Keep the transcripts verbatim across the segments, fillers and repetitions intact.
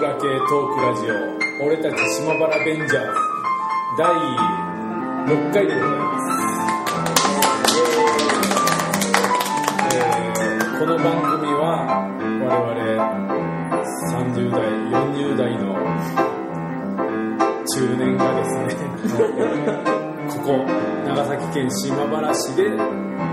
ラ系トークラジオ俺たち島原ベンジャーズだいろっかいでございます、えー、この番組は我々さんじゅうだいよんじゅうだいの中年がですねここ長崎県島原市で語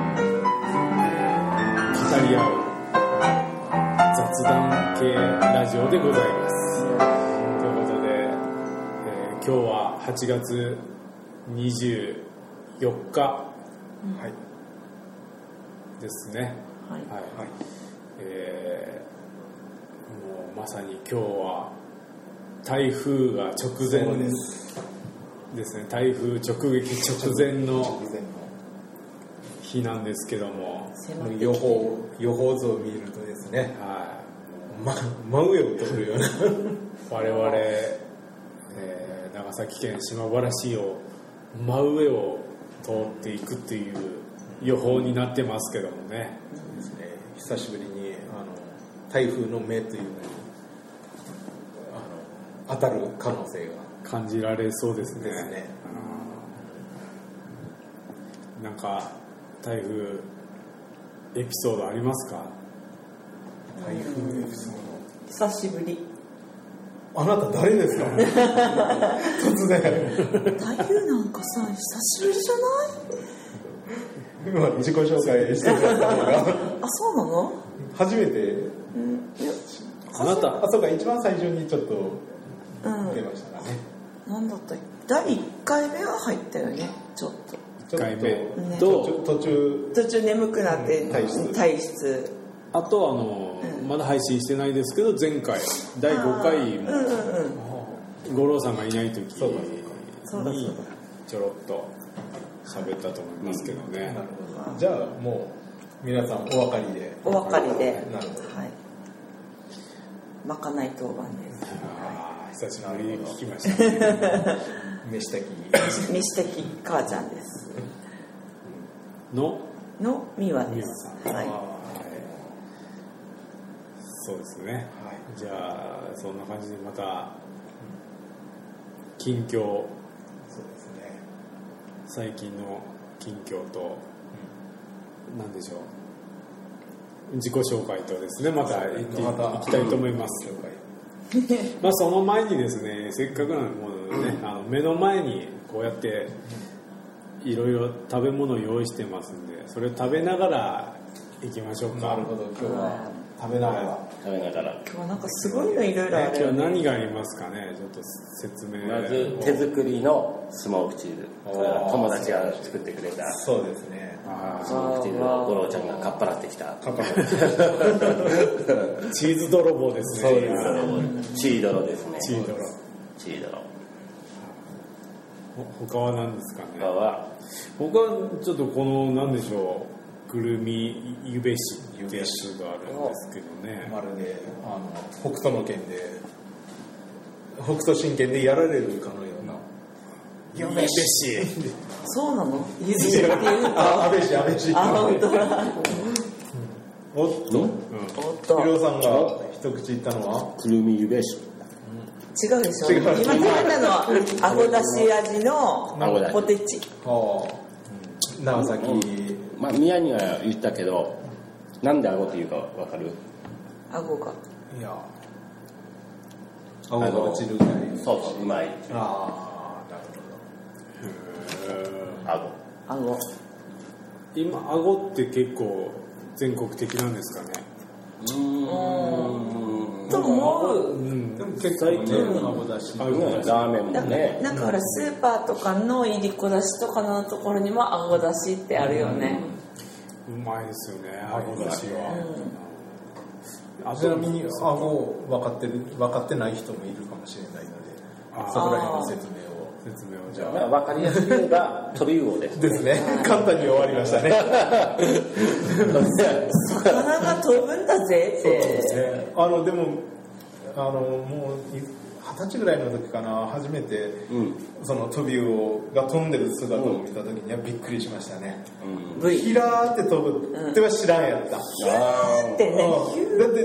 り合う雑談系ラジオでございます。ということで、えー、今日ははちがつにじゅうよっか、うんはい、ですね。はい。はいはいえー、もうまさに今日は台風が直前ですですね。台風直撃直前の日なんですけども、 予報予報図を見るとですね。はいま、真上を通るような我々、えー、長崎県島原市を真上を通っていくっていう予報になってますけどもね、 そうですね久しぶりにあの台風の目というのにあの当たる可能性が感じられそうですね。 ですねなんか台風エピソードありますか？ 台風エピソード久しぶり。 あなた誰ですか？突然台風なんかさ久しぶりじゃない？ 今自己紹介してくださったのがあ、そうなの？ 初めて、 うん、いやあなたあ、そうか一番最初にちょっと出ましたかね、 うん、なんだったっけだいいっかいめは入ったよね。ちょっといっかいめと、ね、途中途中眠くなって、うん、体質体質あとあの、うん、まだ配信してないですけど前回だいごかいも、うんうん、五郎さんがいない時にちょろっと喋ったと思いますけどね、うん、なるほど。じゃあもう皆さんお分かりでお分かりでなるほど、 はい、まかない当番です。 あ久しぶりに聞きましたね飯炊き飯炊き母ちゃんですのの美和です。はいそうですね、はい、じゃあそんな感じでまた近況、そうですね最近の近況と、うん、何でしょう自己紹介とですねまた行っていきたいと思います、うん、まあその前にですねせっかくなのでもうね、うん、あの目の前にこうやっていろいろ食べ物を用意してますんでそれを食べながら行きましょうか。 なるほど今日は食べながら食べながら今日はなんかすごいのいろいろある、ね、 今日は何がありますかね。ちょっと説明。 まず手作りのスモークチーズ、これは友達が作ってくれたそうですねスモークチーズを五郎ちゃんがかっぱらってきたかっぱらってきたチーズ泥棒ですね。 そうですチードロですね。 チードロチードロ他は何ですかね。 他は他はちょっとこの何でしょうくるみゆべしってやつがあるんですけどね。 まるであの北斗の拳で北斗神拳でやられるかのようなゆべしそうなのゆべしって言うとあ、安倍氏安倍氏あ、本当だおっと、うん、おっとひろさんが一口言ったのはくるみゆべし違うでしょ。今食べたのはあごだし味のポテチ。 ああ長崎、 うんまあ、宮には言ったけどなんで顎っていうか分かる？ 顎がいや顎が落ちるぐらいそうそううまい。 ああなるほど。顎顎今顎って結構全国的なんですかね。 うーんと思う、 うん、 でも結構ね顎だし、 ラーメンもねなんかほらスーパーとかのいりこだしとかのところにも顎だしってあるよね。 うまいですよね顎だしは、 うん、ちなみに顎分かってる分かってない人もいるかもしれないのでそこら辺の説明を説明をじゃあ分かりやすく言えば飛び魚ですですね簡単に終わりましたね魚が飛ぶんだぜって。そうですねあのでもあのもう二十歳ぐらいの時かな初めて、うん、その飛び魚が飛んでる姿を見た時にはびっくりしましたね、うん、ヒラーって飛ぶっては知らんやった、 ヒューってね、 うん、だって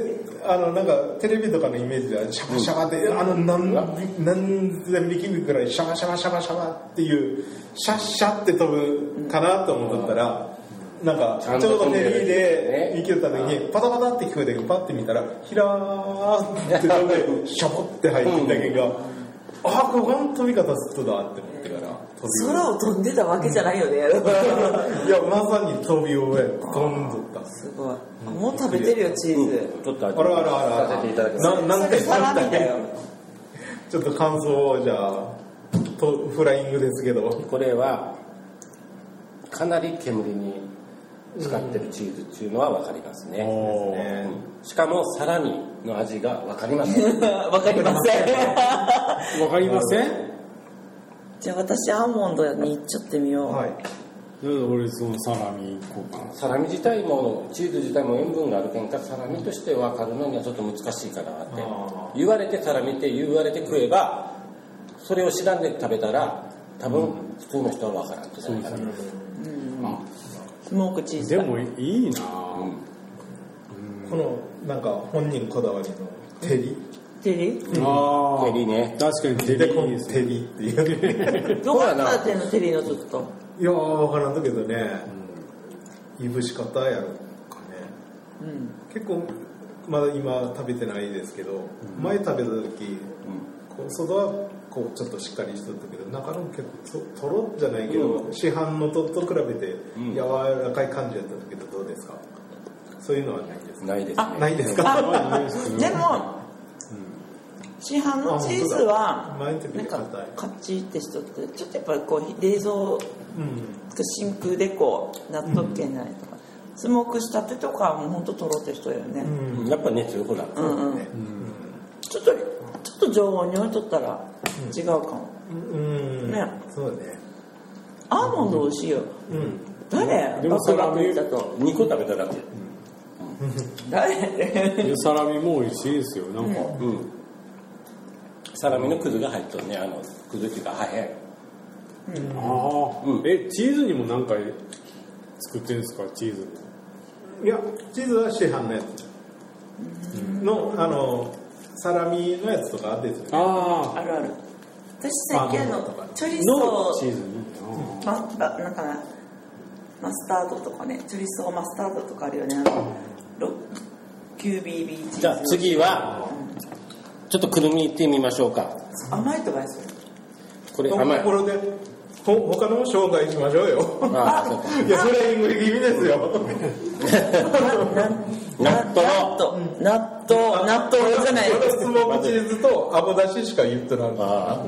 あのなんかテレビとかのイメージではシャバシャバで、うん、あの何何千匹ぐらいシャバシャバシャバシャバっていうシャッシャって飛ぶかなと思ったら、うん、なんかちょうどテレビで生きてた時にパタパタって聞こえたけどパッて見たらヒラーって飛んでシャボって入ってたけど、うん、あこれ本当飛び方するとだって思ってから空を飛んでたわけじゃないよね、うん、 いやまさに飛びを飛んどった。すごい、 うん、もう食べてるよチーズ、 うん、ちょっとあらあらあらあらななんてサラミだよ。 ちょっと感想をじゃあとフライングですけど、 これはかなり煙に使ってるチーズっていうのは分かりますね、うん、しかもサラミの味が分かりません。 分かりません分かりません。 じゃあ私アーモンドにいっちゃってみよう。はい。 俺そのサラミいこうかな。 サラミ自体もチーズ自体も塩分があるけんかサラミとして分かるのにはちょっと難しいかなって言われて、サラミって言われて食えばそれを知らんで食べたら多分普通の人は分からんってじゃないかな、うんうん、 スモークチーズでもいいな、 うん、このなんか本人こだわりの照り照り、 うん、ああ照りね、 確かに照りいい照りっていうどうやったら手の照りのちょっといやー分からんだけどね、うん、いぶし方やろかね、うん、結構まだ今食べてないですけど、うん、前食べた時、うん、こう外はこうちょっとしっかりしとったけど中の結構とろじゃないけど、うん、市販のとと比べて柔らかい感じやったけどどうですか？そういうのはないですか？ ないですね。 ないですか？ でも市販のチーズはなんかカッチってしとってちょっとやっぱりこう冷蔵、うん、真空でこう納得けないとか、うん、スモークしたてとかはもうほんととろって人よね、 うん、やっぱ熱よくなる、うんうん、 ちょっとちょっと常温に置いとったら違うかも、 うんうん、 ね、 そうだね。 アーモンド美味しいよ、うん、誰？ でもサラミだとにこ食べただけ、 うん、誰？ サラミも美味しいですよなんか、うんうん、 サラミのくずが入っとるね、あのくずっていうか破片、 うん、ああ、うん、えチーズにも何回作ってるんですか？チーズいやチーズは市販のやつの、あのサラミのやつとかあるんですよね。 ああるある。私最近のチョリソーチーズにマなんかなマスタードとかね、チョリソーマスタードとかあるよね、あの キュービービー チーズ。 じゃあ次はちょっとくるみいってみましょうか。 甘いとかですよ。 これ甘い。 これでほ他の紹介しましょうよ。ああ、そうか。いやフライング気味ですよ。 納豆納豆納豆じゃない。 スモークチーズとアボだししか言ってない。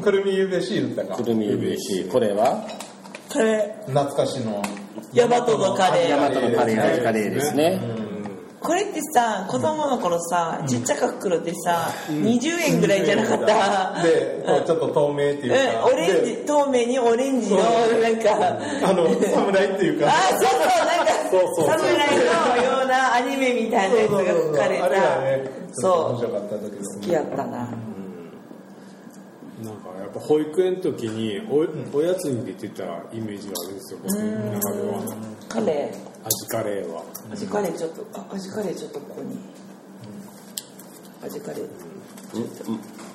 くるみゆべし言ったか。 くるみゆべし。これはカレー。懐かしのヤマトのカレー。 ヤマトのカレーカレーですね。 これってさ、子供の頃さ、ちっちゃか袋ってさ、にじゅうえんぐらいじゃなかった。 で、ちょっと透明っていうか、 オレンジ、透明にオレンジの、なんか、 あの、侍っていうか、 あ、そうそう、なんか、侍のようなアニメみたいなやつが書かれた。 あれはね、 そう、 面白かったんだけど。 好きやったな。 なんかやっぱ保育園の時に お, おやつに出てたイメージがあるんですよ、僕の中では。 カレー。 味カレーは。 味カレーちょっと、あ、味カレーちょっとここに。味カレー。うんうん。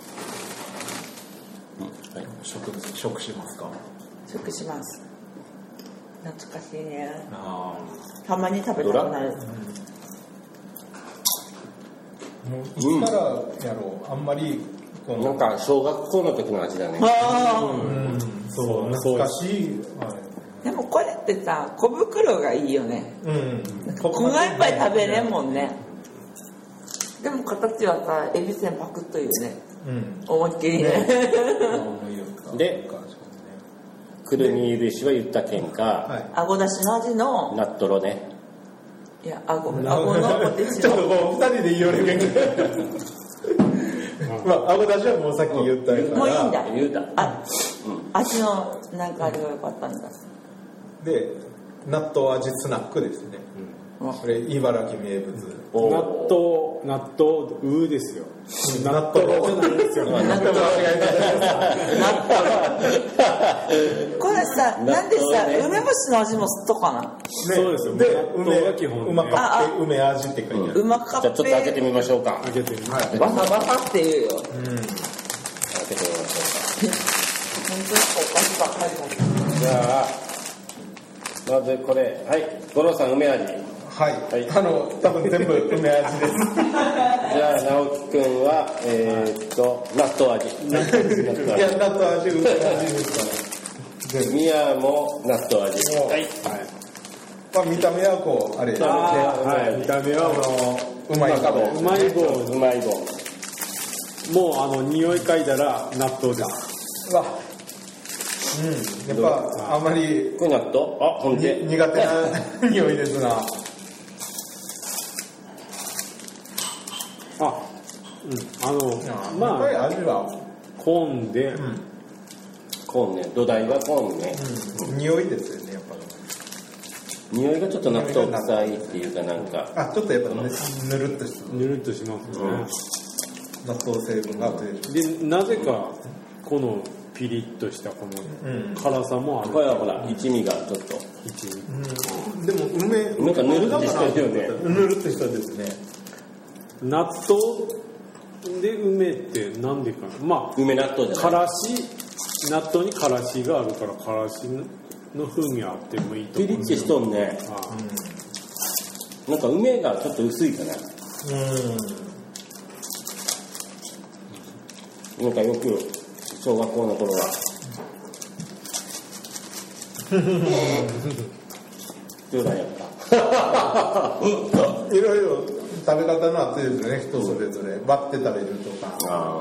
はい、食食しますか。 食します。懐かしいね。ああ。たまに食べたくなる。 もういつからやろう、あんまり。 なんか小学校の時の味だね。 ああ、 うん、そう懐かしい。 でもこれってさ、小袋がいいよね。うん。小がいっぱい食べれんもんね。でも形はさ、エビせんパクッというね。うん。思いっきりね。 で、くるみゆべしは言ったけんか。 あごだしの味の。 ナットロね。 いや、あご、あごのポテチの。 ちょっとこう二人で言われるけど。まあ、あごだしはもうさっき言ったから、 もういいんだ。 言うた。 あ、うん、味のなんかあれが良かったんだ。 で、納豆味スナックですね。うん、これ茨城名物。 納豆納豆うーですよ。納豆じゃないですよ。納豆納豆。これさ、 ななんでさ、梅干しの味もすっとかな、ね、 そうですよ。 で梅が基本、ね、 うまかって梅味って書いてある。 うまかっぺ。 じゃあちょっと開けてみましょうか。 開けてみましょう。 バサバサって言うよ。うん。開けてみましょうか。 本当にお菓子ばっかりだ。 じゃあまずこれ、はい、五郎さん梅味。 はい、はい、あの多分全部梅味です。 じゃあ直樹くんはえー、っと納豆味。 いや納豆味梅味ですから。 ミヤも納豆味。はい。はい。 まあ見た目はこうあれですね。 はい。見た目はあのうまい棒。 うまい棒。 うまい棒。 もうあの匂い嗅いだら納豆です。 うわ。うん。やっぱあんまりこれ納豆？あ、ほんで苦手な匂いですな。 あ、うん。あのまあ味はコーンで。うんコーンね、土台はコーンね、 うん、匂いですよねやっぱ匂いがちょっと納豆臭いっていうかなんかあちょっとやっぱぬるっとしぬるっとしますよね、 うん、納豆成分がでなぜかこのピリッとしたこの辛さもある、 これはほら一味がちょっと一味、 うん、でも梅なんかぬるっとしたよねぬるっとしたですね納豆で梅ってなんでかな、まあ梅納豆じゃないからし納豆にからしがあるからからしの風味はあってもいいと思う。 ピリッとしとんね。ああ、うん、なんか梅がちょっと薄いかな。うん。なんかよく小学校の頃は。どうだやった。 いろいろ食べ方のあってですね、人それぞれ割って食べるとか。あ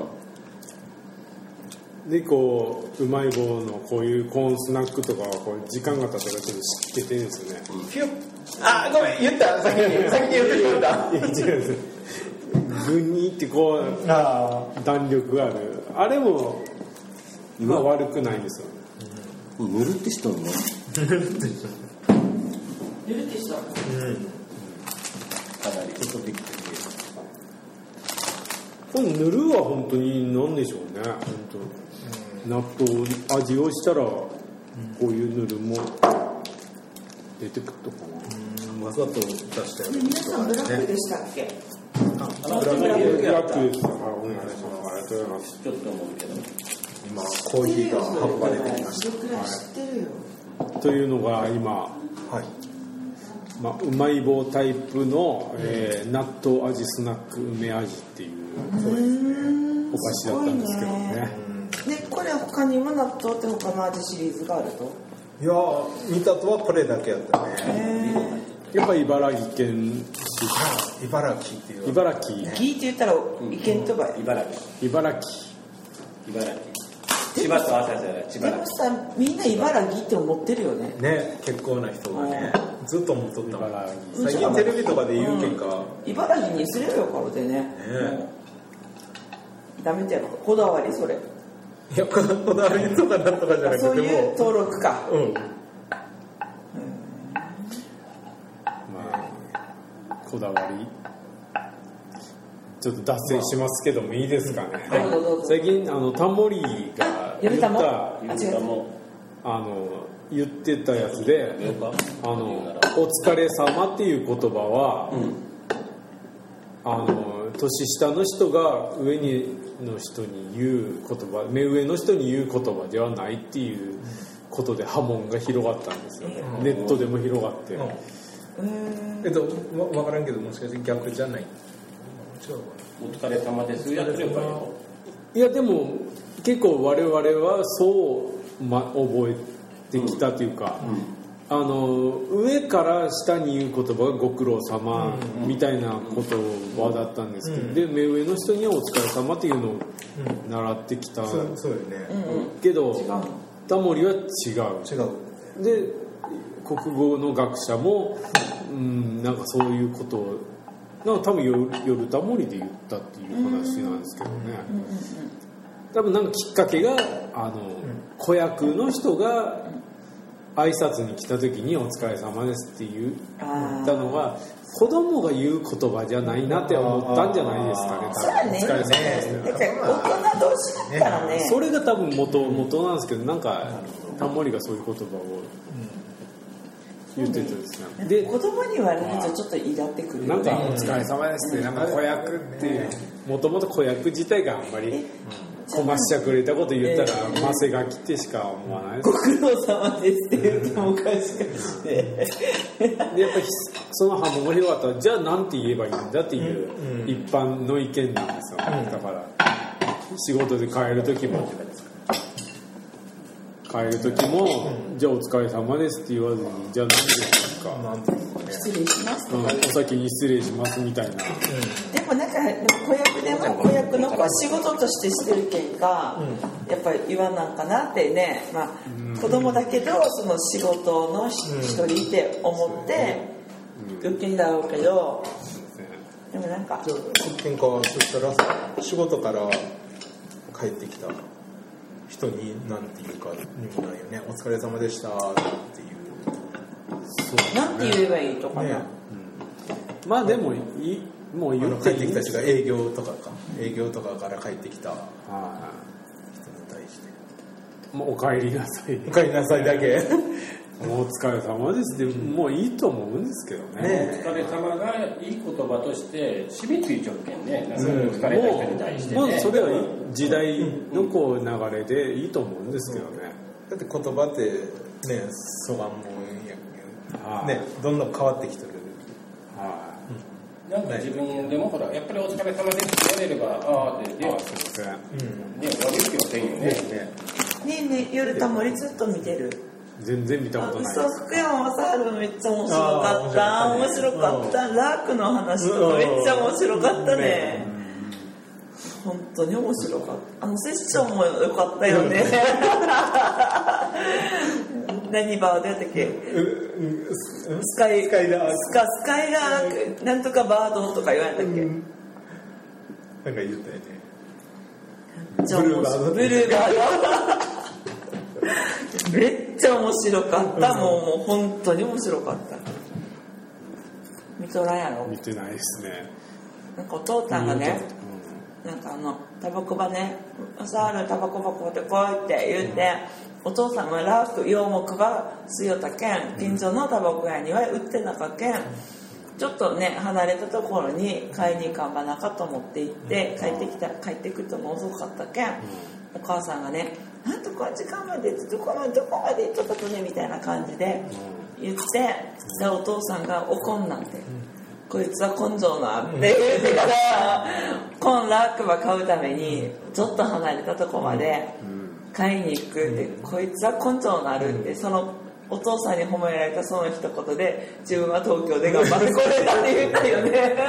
でこううまい棒のこういうコーンスナックとかはこう時間が経ったらちょっと湿気てるんですよね。 ピュッあごめん言った先に先に言って言ったいや違うんですグニってこうあ弾力があるあれもまあ悪くないんですよ、 うん、ぬるってしとんねぬるってしとんぬるってしとんうんかなりちょっとできてるこのぬるは本当に何でしょうね本当納豆味をしたらこういうぬるも出てくるとかな、 うん、わざと出したよね。 皆さんブラックでしたっけ？ あ、ブラックです。あ、お願いします。ありがとうございます。 ちょっと思うけど今コーヒーが運ばれてきました。 知ってるよ。 というのが今、はい、まあうまい棒タイプの、えー、納豆味スナック梅味っていうそうですねお菓子だったんですけどね。 でこれ他にも納豆って他の味シリーズがあると？ いや見たとはこれだけやったね。 やっぱり茨城県茨城っていう茨城ギーって言ったら意見とば茨城茨城茨城千葉と朝じゃない千葉でもさみんな茨城って思ってるよね。 ね結構な人がねずっと思っとったもん最近テレビとかで言うけんか、 うん、茨城にすればよかろうでね。ねダメってやろこだわりそれ。 いやこだわりとかなんとかじゃなくてそういう登録か。 うん。うん、 まあこだわりちょっと脱線しますけどもいいですかね。 はい、 最近あのタモリが言ったあの言ってたやつであのお疲れ様っていう言葉は、うん、あの年下の人が上にの人に言う言葉目上の人に言う言葉ではないっていうことで波紋が広がったんですよ、うん、ネットでも広がって、うん、 えっと分からんけどもしかして逆じゃない違うお疲れ様ですやってればよいやでも結構我々はそう、ま、覚えてきたというか、うんうん、あの上から下に言う言葉がご苦労様みたいな言葉だったんですけど、うん、で目上の人にはお疲れ様っていうのを習ってきた、うん、 そうそうよね、 けどタモリは違う違うで国語の学者も、うん、なんかそういうことをなんか多分夜タモリで言ったっていう話なんですけどね、多分なんかきっかけがあの子役の人が挨拶に来た時にお疲れ様ですって言ったのは子供が言う言葉じゃないなって思ったんじゃないですかね。 そうやね。 お疲れ様ですね。だから大人同士だったらね。 それが多分元元なんですけど、なんかタモリがそういう言葉を言ってたんですね。 で子供に言われるとちょっとイラってくる。 なんかお疲れ様ですって、なんか子役っていう、もともと子役自体があんまりこましゃくれたこと言ったらマセガキってしか思わないです。 ご苦労様ですって言ってもおかしくしてでやっぱりその波紋が広がったらじゃあなんて言えばいいんだっていう一般の意見なんですよ、うん、だから仕事で帰る時も帰る時も、うん、じゃあお疲れ様ですって言わずにじゃあ何ですか、 なんて失礼しますとか、 うん、お先に失礼しますみたいな、うん、 でもなんか子役でも子役の子は仕事としてしてるけんか、うん、やっぱり言わなんかなってね、まあうん、子供だけどその仕事の一人って思って受けんだろうけど、でもなんかじゃあ喧嘩そしたらさ仕事から帰ってきた人に何て言うかにもないよね。お疲れ様でしたっていうそう、なんて言えばいいとかな、ね、 うん、まあでもいいもう言って帰ってきた人が営業とかか営業とかから帰ってきた人に対してもうお帰りなさいお帰りなさいだけもうお疲れ様ですってもういいと思うんですけどね。 ねお疲れ様がいい言葉として染みついちゃうけんね。なんか疲れた人に対してね。 もう、もうそれは時代のこう流れでいいと思うんですけどね。 だって言葉ってね、そがんもんやね、どんどん変わってきてる。 はい。 なんか自分でもほらやっぱりお疲れ様ですって言われればああってで、 ああすいません。 うん。ね悪い気はせんよね。 ねえねえ夜たもりずっと見てる。 全然見たことない。 そう、福山雅治めっちゃ面白かった。面白かった。ラークの話とかめっちゃ面白かったね。本当に面白かった。あのセッションも良かったよね。何バーでやったっけ？スカイスカイラースカスカイラークなんとかバードとか言われたっけ？なんか言ったよね。 ブルーバード。ブルーバード。めっちゃ面白かった。もうもう本当に面白かった。見とらんやろ？ 見てないですね。 なんかお父さんがね、うん、なんかあのタバコばね、朝あるタバコ箱でこうやって言って、うん、お父さんがラーク洋木が吸いよったけん、近所のタバコ屋には売ってなかけん、ちょっとね離れたところに買いに行かんばなかと思って行って帰ってきた帰ってくるとも遅かったけん、お母さんがね。なんとこの時間までどこまでどこまで行っとったとねみたいな感じで言って、でお父さんが怒んなんて、うん、こいつは根性のあるって言ってからコンラークバ買うためにちょっと離れたとこまで買いに行くって、うん、こいつは根性のあるって、そのお父さんに褒められたその一言で自分は東京で頑張ってこれたって言ったよ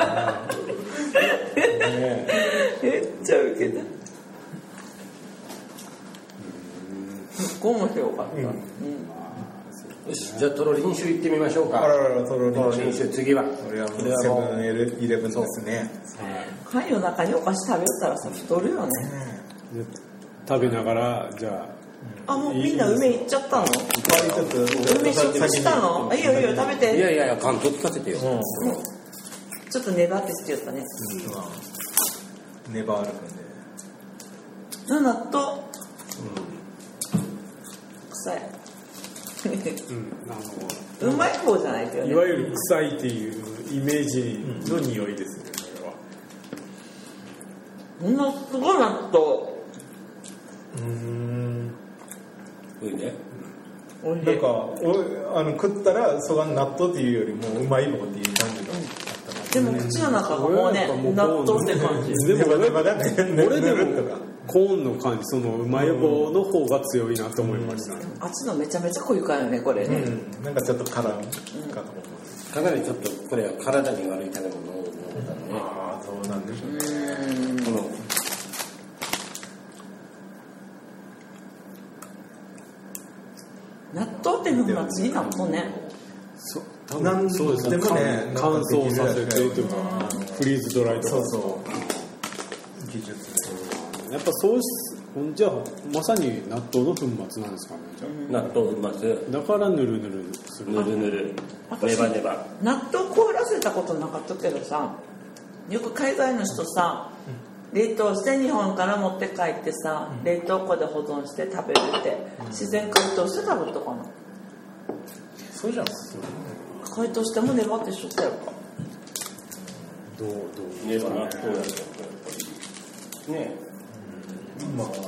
ねめっちゃウケた。すっごい面白かった、うんうん、 よしじゃあトロリン酒行ってみましょうか。 あらららトロリン酒次はこれはもうセブンイレブンですね。 貝の中にお菓子食べたらさ太るよね、 うん、食べながらじゃああもうみんな梅行っちゃったの？梅食したの？いいよいいよ食べて。 いやいやいや感想聞かせてよ、うん、 ちょっと粘ってして言ったね、 うん、粘るんで納豆、うん、臭い、 うん、あのうまい方じゃないけどね、 いわゆる臭いっていうイメージの匂いですね、 これは。ものすごい納豆。 うーん。 おいね。 なんかおあの食ったらそが納豆っていうよりもうまい棒っていう感じがあったの。でも口の中がもうね納豆って感じ。 でも俺まだね俺でもコーンの感じそのうまい棒の方が強いなと思いました。 あっちのめちゃめちゃ濃いからねこれね。 うん、なんかちょっと辛いかと思う。かなりちょっとこれは体に悪い食べ物のだね。 ああどうなんでしょう。 うんこの納豆って粉末に納豆ね。 そう、なんそうですね。乾燥させてというかフリーズドライとか。 そうそう。技術。 やっぱそうじゃあまさに納豆の粉末なんですかね。じゃあ納豆粉末だからぬるぬるする。 ぬるぬるネバネバ。 納豆凍らせたことなかったけどさ、よく海外の人さ、冷凍して日本から持って帰ってさ、冷凍庫で保存して食べるって、自然解凍して食べたかな。 そうじゃん。 解凍しても粘ってしょったやろか。 どうどうネバ納豆やったらやっぱりねえ。 まあ、うん、分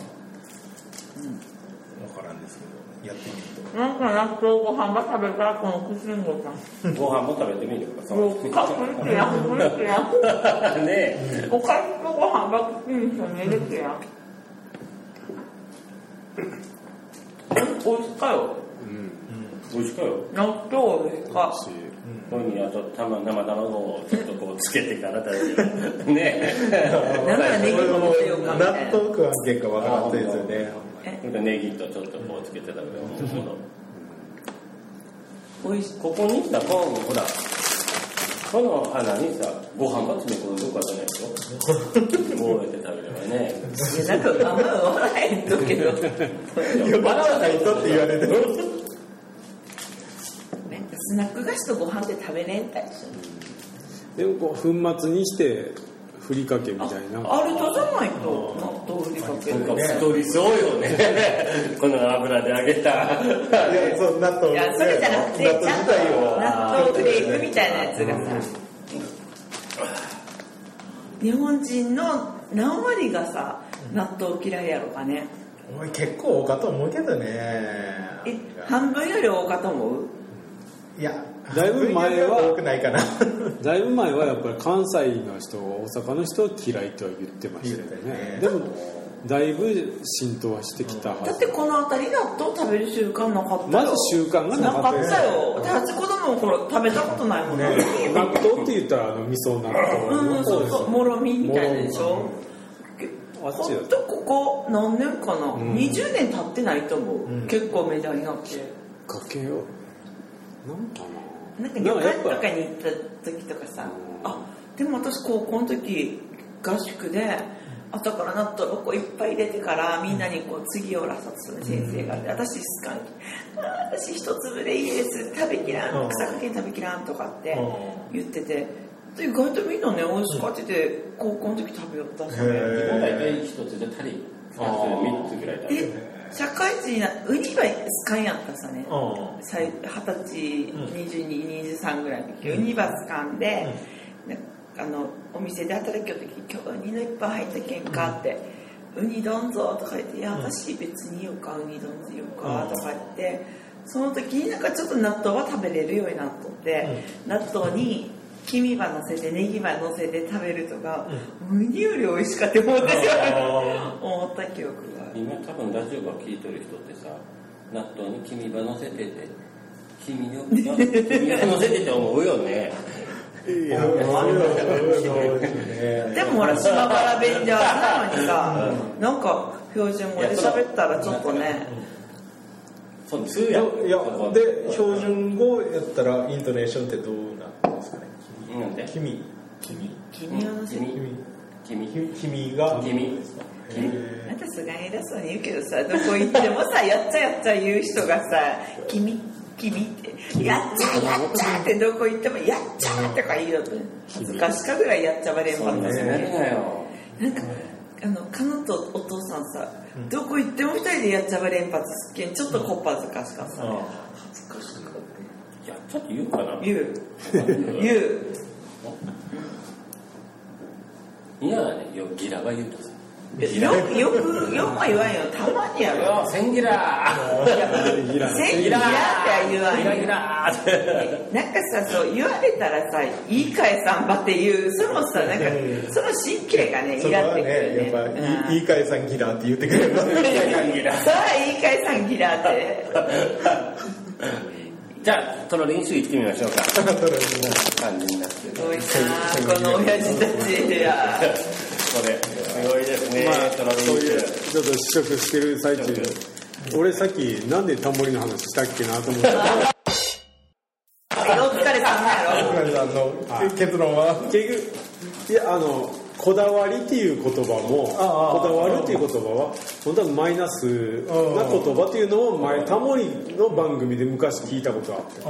からんですけど、やってみると。 なんか納豆ご飯が食べたらこのクシンゴさん。 ご飯も食べてみるかさ。 もうかっこいいやん、これやん。 ねえ。 おかずとご飯がクシンゴさんに入れてやん。おいしかよ。 うん。 おいしかよ。 納豆おいしか。 これにあと生卵をちょっとこうつけてから食べる。ねえ。 なんかネギも持ってようかみたいな。 納豆食わん結果分からんですよね。 ネギとちょっとこうつけて食べる。 おいしい。 ここに来たこのほらこの花にさご飯が詰め込んでるからねえよ。こうやって食べればね。 なんかあんま笑えんとけど。 笑わないとって言われてる。 スナック菓子とご飯で食べれんたいし。 でもこう粉末にしてふりかけみたいな。 あれとじゃないと納豆ふりかけ。 なんか太りそうよね。この油で揚げた。 いや、そう納豆。 いやそれじゃなくてちゃんと納豆フレークみたいなやつがさ。日本人の何割がさ納豆嫌いやろかね。 お前結構多かと思うけどね。 え半分より多かと思う？ いやだいぶ前は多くないかな。 だいぶ前はやっぱり関西の人大阪の人は嫌いとは言ってましたよね。ねでもだいぶ浸透はしてきたはず。 だってこの辺り納豆食べる習慣なかったよ。 まず習慣がなかったよ。 なかったよ。私子供の頃食べたことないもんね。 納豆って言ったらあの味噌納豆。 うんそうそうもろみみたいなでしょ。 あっちだほんとここ何年かな、 うん、 にじゅうねん経ってないと思う、うん、結構メジャーになってかけようなんかななんか旅館とかに行った時とかさ、あでも私高校の時合宿で朝から納豆をこういっぱい入れてからみんなにこう次をらさする先生があって、私すかん私一粒でいいです食べきらん草かけ食べきらんとかって言ってて意外とみんなね美味しかってて高校の時食べよったそれ今大体一つじゃ足りふたつみっつぐらいだで社会人なウニはスカンやったさね二十歳にじゅうに、にじゅうさんぐらいの時、うん、ウニはスカンで、うん、あのお店で働きよった時今日ウニのいっぱい入ったけんかって、うん、ウニどんぞとか言っていや私別にいいよかウニどんぞいいよかとか言ってその時になんかちょっと納豆は食べれるようになっとって、うん、納豆に黄身ば乗せてネギば乗せて食べるとか、うん、ウニより美味しかって思った思った記憶が今多分ラジオが聞いとる人ってさ納豆に黄身ば乗せてて黄身を黄身ば乗せてって思うよねいやでもほら島原弁じゃなのにさ、うん、なんか標準語で喋ったらちょっとねそうですやいやで標準語やったらイントネーションってどうなんですかねなんで君君君を乗せて君君君が君あんたすがに偉そうに言うけどさどこ行ってもさやっちゃやっちゃ言う人がさ君君ってやっちゃやっちゃってどこ行ってもやっちゃとか言うよと恥ずかしかぐらいやっちゃばれんばったしねなんかあのカノとお父さんさ、うん、どこ行っても二人でやっちゃば連発すっけんちょっとこっぱずかしかさ、ね、恥ずかしかやっちゃって言うかな言う言ういやねよギラは言うとさよくよくよくは言わんよたまにやろセンギラーセンギラーって言わんよギラギラーなんかさそう言われたらさ言い返さんばっていうそのさなんかその神経がねいらってくるねやっぱ言い返さんギラーって言ってくれるそれは言い返さんギラーってじゃあその練習行ってみましょうか感じになってすごいなこの親父たちやこれすごいですね、 まあ、そういうちょっと試食してる最中俺さっきなんでタモリの話したっけなと思ってお疲れさんやろお疲れさんの結論は結局いやあのこだわりっていう言葉もこだわるっていう言葉は本当はマイナスな言葉っていうのを前タモリの番組で昔聞いたことがあって、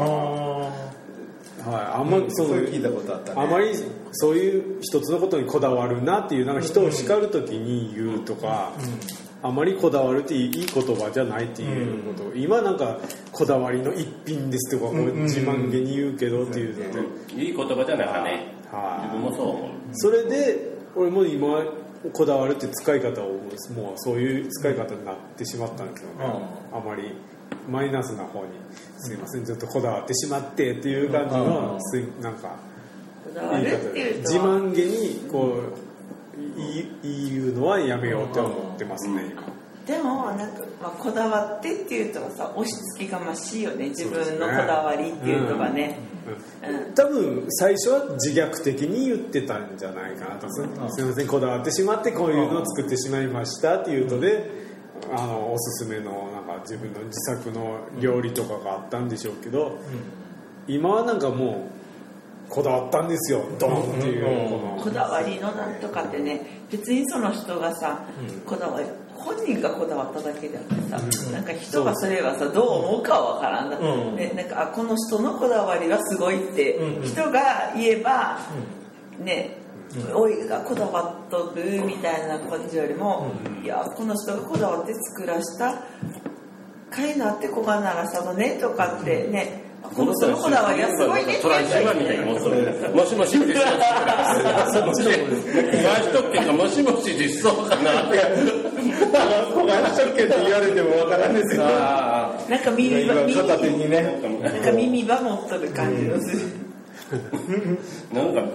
はい、あんまりその、うん、聞いたことあったね、あまりそういう一つのことにこだわるなっていうなんか人を叱る時に言うとか、うんうん、あまりこだわるっていい言葉じゃないっていうことを、うん、今なんかこだわりの一品ですとかこう自慢げに言うけどっていうので、 うん、いい言葉じゃないかね、はあ、自分もそう思う。 それで俺も今こだわるって使い方をもうそういう使い方になってしまったんですよね、うん、あまりマイナスな方にすいませんずっとこだわってしまってっていう感じのなんか言い方で自慢げにこう言うのはやめようって思ってますね今。 でもなんか、まあ、こだわってっていうとさ押し付けがましいよね自分のこだわりっていうのがね、 うんうんうん、多分最初は自虐的に言ってたんじゃないかなと、うん、すいませんこだわってしまってこういうのを作ってしまいましたっていうとで、うん、あのおすすめのなんか自分の自作の料理とかがあったんでしょうけど、うん、今はなんかもうこだわったんですよドンっていう、 うん、このこだわりのなんとかってね別にその人がさ、うん、こだわり本人がこだわっただけであってさ、うん、なんか人がそれはさどう思うかは分からんだ、うんね、なんかあこの人のこだわりはすごいって人が言えば、うん、ねおいがこだわっとるみたいな感じよりも、うん、いやこの人がこだわって作らしたかいなって子がならさのねとかってね、この人のこだわりはすごいねってトランシーバーみたいなもんそれもしもし実相小林特権がもしもし実相かなって小林特権って言われてもわからんですよなんか耳ば片手にねなんか耳ば持っとる感じのするなんか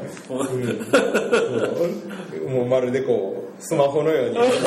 もうまるでこうスマホのようにプロ練習を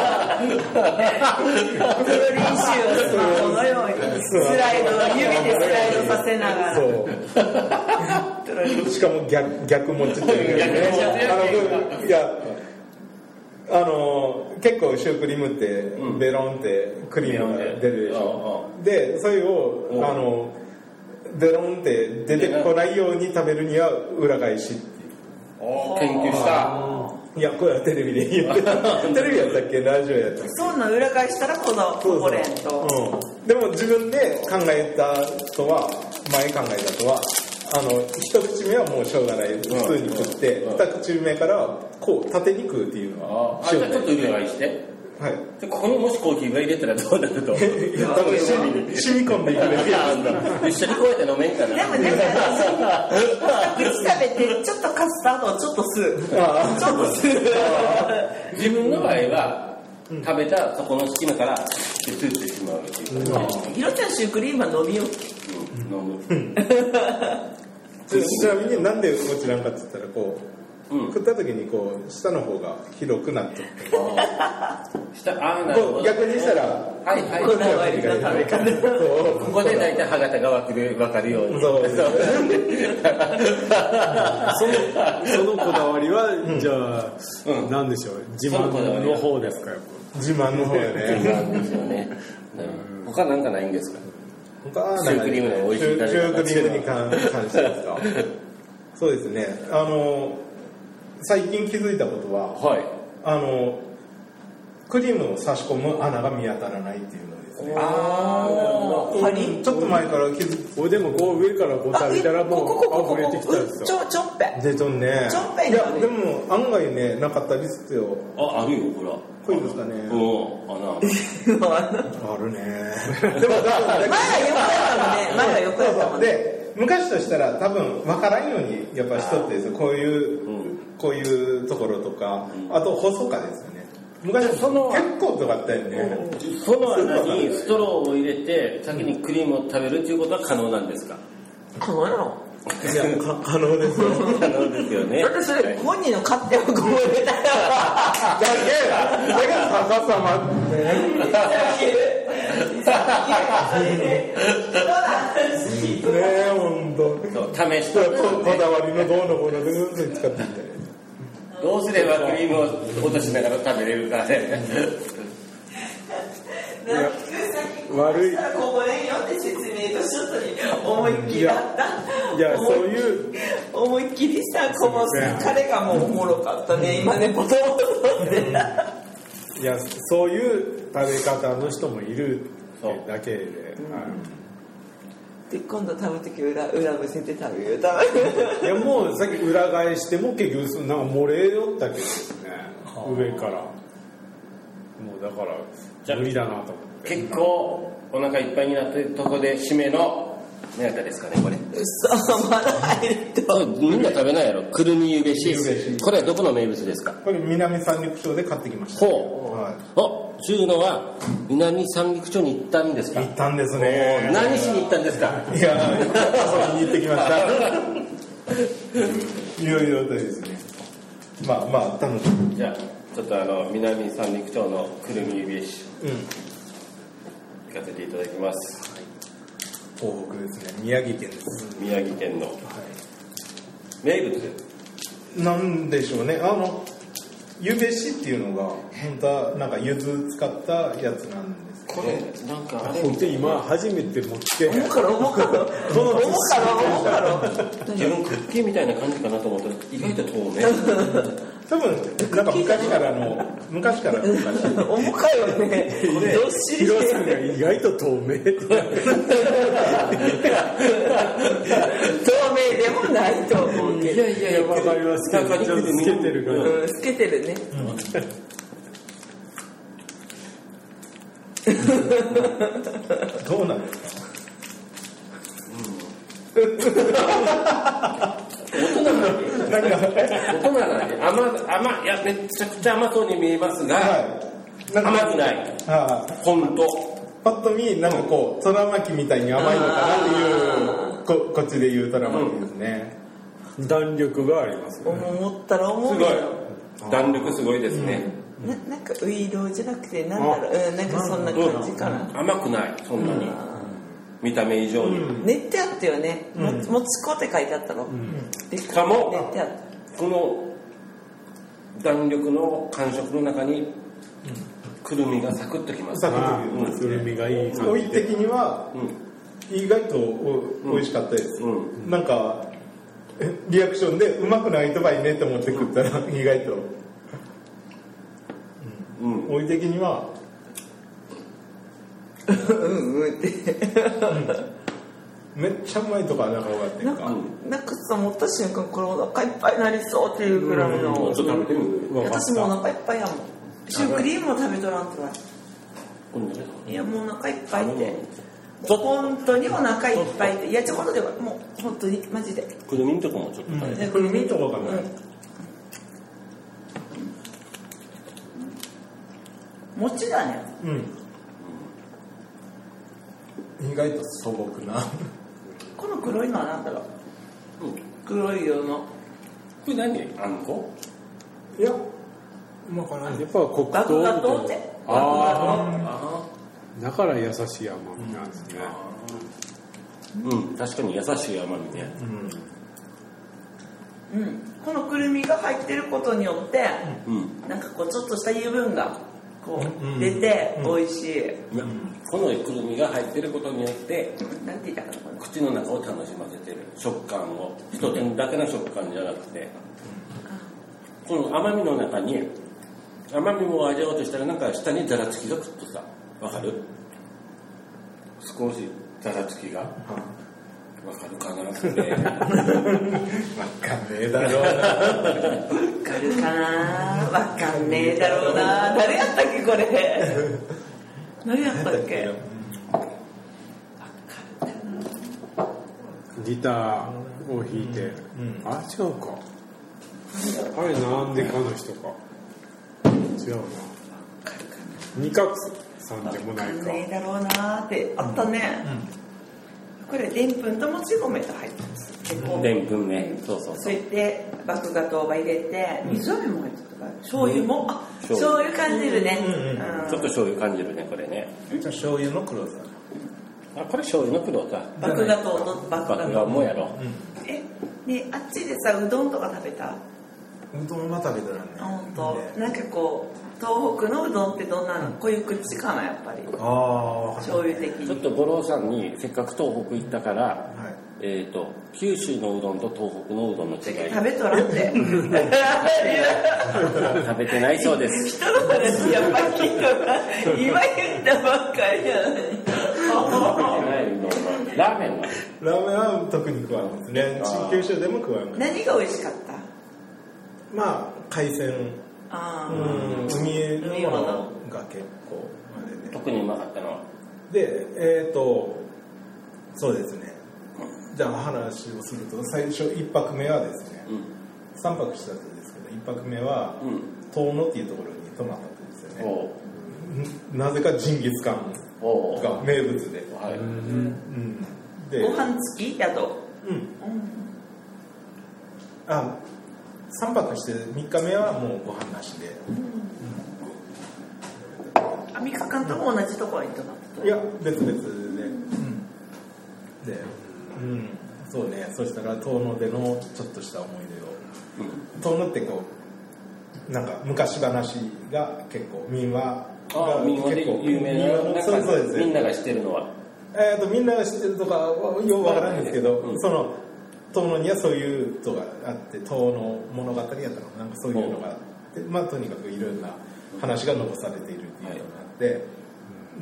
スマホのようにスライド指でスライドさせながらそうしかも 逆, 逆持ちというかねあのいやあの結構シュークリームってベロンってクリームが出るでしょ、うん、でそれをあのベロンって出てこないように食べるには裏返しっていう研究したいやこれはテレビで言ってテレビやったっけラジオやったっけそんな裏返したらこのこぼれんと、 うん、でも自分で考えた人は前考えた人はあの一口目はもうしょうがない普通に食って、うん、二口目からこう縦に食うっていうのはああじゃあちょっと裏返してはい、でここにもしコーヒーが入れたらどうなるといや多分染み込んでいくだけ一緒にこうやって飲めんかなでもね一口食べてちょっとカスタードをちょっと吸うちょっと吸う自分の場合は食べたそこの隙間から吸ってしまうっていう、 うん、ひろちゃんシュークリームは飲みよう、 うん、飲むちなみになんでこちらんかって言ったらこううん、食った時にこう下の方が広くなって下あなるほど逆にしたらはいはいこだわりの食べ方ここで大体歯型が分かる分かるようにそうそのそのこだわりは、うん、じゃあ、うん、何でしょう自慢の方ですかやっぱ自慢の方やね自慢ですよね、うん、他なんかないんですか他シュークリームの美味しいシュークリームに関してですかそうですねあの最近気づいたことは、はい、あのクリームを差し込む穴が見当たらないっていうのですね。 ああ、 うん、ちょっと前から気づ俺でもこう上からこう食べたらもう溢れてきたんですよ。 ちょちょっぺ。 でちょんね。 ちょっぺいやでも案外ねなかったりすよ。 ああるよほら。 こういうですかね。 うん穴。 あるね。 でも前はよくやったもんね。前はよくやったもんね。 で昔としたら多分分からんようにやっぱ人ってこういう、うん、こういうところとか、うん、あと細かですよね。昔その結構とかあったよね。 その穴にストローを入れて先にクリームを食べるということは可能なんですか？ 可能やろ。 いや可能ですよ。 可能ですよね。 だってそれ本人の勝手をこう入れたら。 だけだけど逆さまって。ねえ本当。 試してこだわりのどうのこうので使ってみて。 どうすればクリームを落としながら食べれるかね。 悪い。 こぼれんよって説明とちょっとに思いっきりあった。 いやそういう思思いっきりさこの彼がもうおもろかったね今ねボトボトっていやそういう食べ方の人もいるってだけで、うんで今度食べるとき裏裏伏せて食べるよいやもうさっき裏返しても結局なんか漏れよったけどですね上からもうだから無理だなと思って結構お腹いっぱいになってるとこで締めの何やったですかねこれ嘘まだ入るとみんな食べないやろくるみゆべしこれはどこの名物ですかこれ南三陸町で買ってきましたほう、はい、おちゅうのは南三陸町に行ったんですか行ったんですね何しに行ったんですかいや遊びに行ってきましたいろいろとですねまあまあ楽しみじゃあちょっとあの南三陸町のくるみゆべし、うん、聞かせていただきます、はい、 東北ですね宮城県です、 うん、宮城県の、はい、名物なんでしょうねあのゆべしっていうのが本当はなんか柚子使ったやつなんですけど、 これなんかあれ本当に今初めて持って重かろ重かろこの重かろ重かろ自分クッキーみたいな感じかなと思ったら意外と透明多分なんか昔からの昔からの昔重かよねこれどっしりヒロさんが意外と透明って透明でもないと思うけどいやいやいやわかりますけどちょっと透けてるから、 うん、透けてるね、 うん、どうなんですか、 大人なんで大人なんで甘甘いやめちゃくちゃ甘そうに見えますが、はい、甘くない、はあ、ほんとパッと見なんかこう虎巻きみたいに甘いのかなっていうこ, こっちで言う虎巻きですね、 うん、弾力がありますね思ったら思うすごい弾力すごいですね、 うん、な, なんかウイローじゃなくてなんだろう、うん、なんかそんな感じかな、 うん、甘くないそんなに、うん、見た目以上に、 うん、練ってあったよね、うん、もち粉って書いてあったの、うん、 しかも練ってあったこの弾力の感触の中にくるみがサクッときますサクッときます、 くるみがいい感じでおい的には、うん、意外とお美味しかったです、うん、なんかリアクションでうまくないとばいいねって思って食ったら意外と、うん、おい的にはうんうんってめっちゃうまいとかなんか分かってなんかなんかさ持った瞬間これお腹いっぱいになりそうっていうぐらいの、 うん、ちょっと食べてみる私もお腹いっぱいやもんシュークリームも食べとらんとらいやもうお腹いっぱいって本当にお腹いっぱいっていやちょっとではもう本当にマジでくるみんとかもちょっと食べて、 くるみんとかかな、 うん、餅だねうん意外と素朴なこの黒いのは何だろう、うん、黒い色のこれ何あんこいやまあからやっぱ黒糖麦芽糖ってああだから優しい甘みなんですね、 うん、うん、確かに優しい甘みね、 うんうん、このくるみが入ってることによって、うん、なんかこうちょっとした油分がこう出て美味しい、うんうん、 このくるみが入ってることによってなんて言ったかな口の中を楽しませてる食感を一つだけの食感じゃなくて、この甘みの中に甘みも味わおうとしたらなんか下にざらつきがくっとさわかる少しざらつきがわかるかなってわかんねえだろうなわかるかなわかんねえだろうな誰やったっけこれ誰やったっけわかるかなギターを弾いて、うんうん、あ違うかあれなんでかの人か違うな二角さんでもないかわかんねえだろうなってあったね、うん、これでんぷんともち米と入ってますでんぷんねそうそうそうそして麦芽糖が入れて水飴も入ってるから醤油も、うん、あ醤油感じるね、うんうんうん、 ちょっと醤油感じるねこれねじゃあ醤油の黒さあこれ醤油の黒さ麦芽糖と麦芽糖もやろ、 うん、えねあっちでさうどんとか食べたうどんは食べたらね本当、ね、なんかこう東北のうどんってどんなの濃ゆ口かなやっぱりああ醤油的にちょっと五郎さんにせっかく東北行ったから、はい、 えーと、九州のうどんと東北のうどんの違い。 食べとらんで食べてないそうです。 人の話やっぱ聞いとらん。今言ったばっかりやのに。 ラーメンはラーメンは特に食わないですね。九州でも食わない。 何が美味しかった？ まあ海鮮、 あうん、海のものが結構あれで、 特にうまかったのはで、えーとそうですね、うん、じゃあ話をすると最初いっぱくめはですね、うん、さんぱくしたんですけどいっぱくめは、うん、遠野っていうところに泊まったんですよね。なぜかジンギスカンが名物で、はいうん、 でご飯付き宿、うんうん、 あさんぱくしてみっかめはもうご飯なしで、うんうん、あみっかかんとも同じところに泊まった？ いや別々で、うん、で、うん、そうね、そしたら遠野でのちょっとした思い出を、うん、遠野ってこうなんか昔話が結構民話が民話で有名な、 そうそうです、 みんなが知ってるのは、 えーとみんなが知ってるとかはよくわからないんですけど、うん、その遠野にはそういうとがあって遠野物語やったのなんかそういうのがあって、まあとにかくいろんな話が残されているっていうのがあって、はい、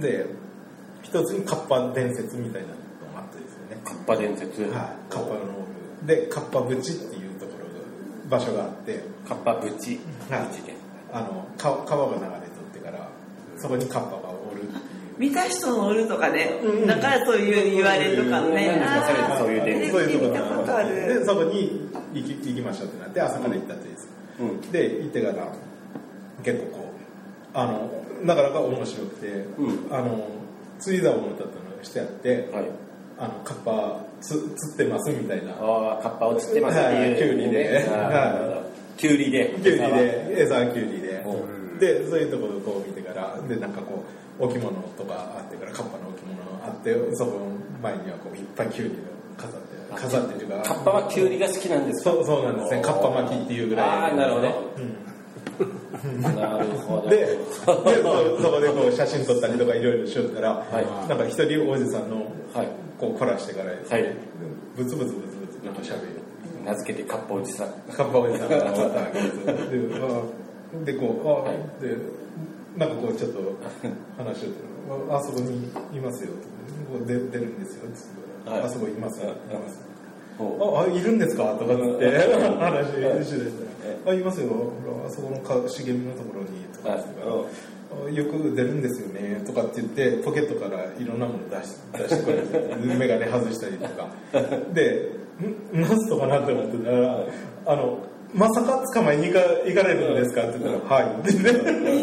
で一つにカッパ伝説みたいなのがあってですよね。 カッパ伝説、 はい、カッパのでカッパ淵っていうところ場所があって、 カッパ淵、 はい、あの川が流れとってからそこにカッパがおるっていう。 見た人のおるとかね、うん、だからそういう言われるとかね、 あそういう伝説見たことある。 でそこに行き行きましょうってなって朝から行ったってです、うん、で行ってから結構こうあのなかなか面白くて、うん、あの釣り竿を持ったのがしてあって、はい、あのカッパつ釣ってますみたいな、 あカッパを釣ってますっていう、 キュウリで、 キュウリでキュウリで餌はキュウリで、でそういうところをこう見てからでなんかこう置物とかあってからカッパの置物あってそこの前にはこういっぱいキュウリを飾って飾ってというか、 カッパはキュウリが好きなんですか？ そうそうなんですね。カッパ巻きっていうぐらい。 ああなるほど、うん、なるほど。 でで そ, そこでこう写真撮ったりとかいろいろしよったら、はい、なんか一人おじさんのこう凝らしてから、はい、ブツブツブツブツなんかしゃべる。 名付けてカッパおじさん。 カッパおじさんがまたわけですで, でこうあ、はい、でなんかこうちょっと話をしてあそこにいますよと出出るんですよって言って、はい、あそこいますよ、ああいるんですかとかって話しでしたら、あいますよあそこの茂みのところにとかって言ったら、よく出るんですよねとかって言ってポケットからいろんなもの出し出してくれてメガネ外したりとかでん何すとかなって思ってたらあのまさか捕まえに行か行かれるんですかって言ったら、はいって言って、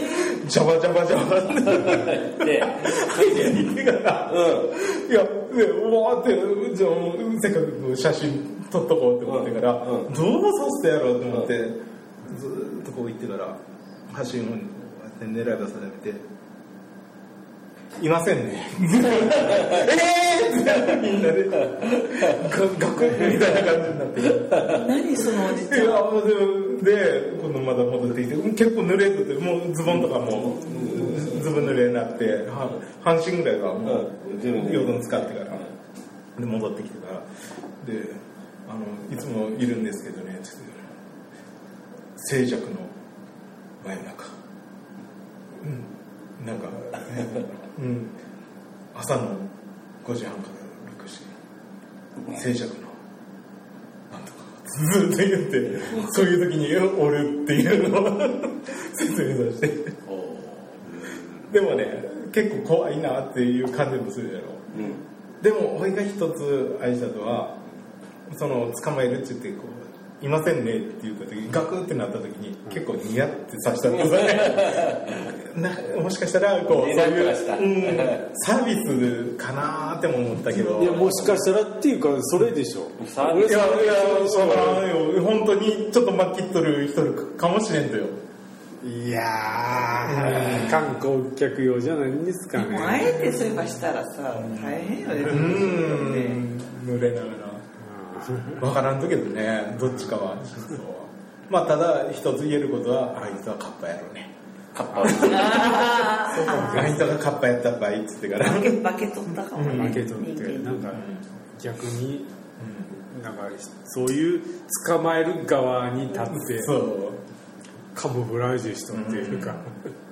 ジャバジャバジャバって言って、言ってから、いや、で、うわーって、じゃあ、せっかく写真撮っとこうって思ってから、どうさせてやろうと思って、ずーっとこう行ってから、橋の方に狙い出されて、いませんね。えーってみんなでガクッみたいな感じになって何そのおじちゃんで今度また戻ってきて結構濡れててもうズボンとかもずぶ濡れになって半身ぐらいはもう養分使ってからで戻ってきてからであのいつもいるんですけどね静寂の真夜中うんなんか、うん、朝のごじはんからろくじ静寂のなんとかずっと言ってそういう時におるっていうのを説明してでもね結構怖いなっていう感じもするやろ、うん、でも俺が一つ愛したのはその捕まえるって言ってこういませんねって言った時にガクってなった時に結構ニヤってさしたんですよねもしかしたらこうそういう、うん、サービスかなっても思ったけどいやもしかしたらっていうかそれでしょサービスいやいやそうなんよ本当にちょっと巻きっとる人かもしれんとよいやー観光客用じゃないんですかねあえてそういうかしたらさ大変よねうん濡れながら分からんとけどねどっちかはまあただ一つ言えることはあいつはカッパやろうねカッパあいつがカッパやった場合っつってからバケ取ったかもねバケ取ってなんか逆になんかそういう捕まえる側に立ってそうカモフラージュしとっていうか、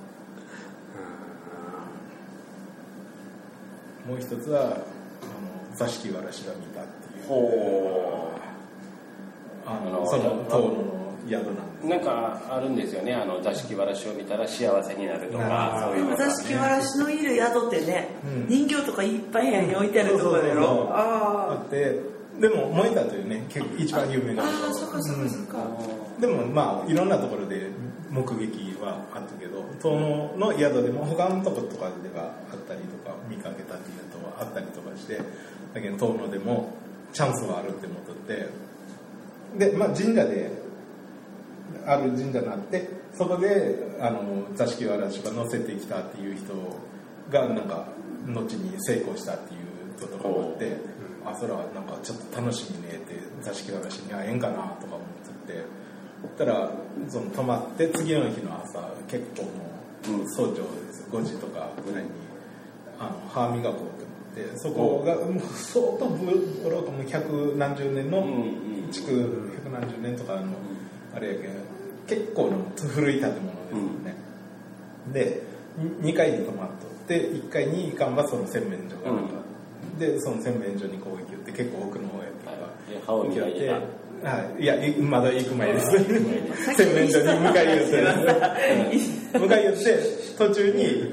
うん、もう一つはあの座敷わらしが見たっていう、 ほうあのその遠野の宿なんです。 なんかあるんですよね、あの座敷わらしを見たら幸せになるとか、そういうのが、ね、 座敷わらしのいる宿ってね、うん、人形とかいっぱい部屋に置いてあるところだろ。 あってでも燃えたというね結構一番有名なところ。 ああそっかそっかそっか、 うん、でもまあいろんなところで目撃はあったけど、遠野の宿でも他のところとかではあったりとか見かけたっていうのはあったりとかして、だけど遠野でもチャンスはあるって思ってて、でまあ神社である神社があって、そこであの座敷わらしが乗せてきたっていう人がなんか後に成功したっていうことがあって、あそれはなんかちょっと楽しみねって座敷わらしに会えんかなとか思ってて、そしたらその泊まって次の日の朝結構もう早朝ですごじとかぐらいにあの歯磨こうと思って、そこがもう相当ボロともう百何十年の築百何十年とかのあれやけど結構の古い建物ですよね、うん、でにかいに泊まっとっていっかいに行かんばその洗面所がなんか、うん、でその洗面所にこう行きよって結構奥の方やって歯を磨いて、 はい、いやまだ行く前です洗面所に向かい寄って向かい寄って途中に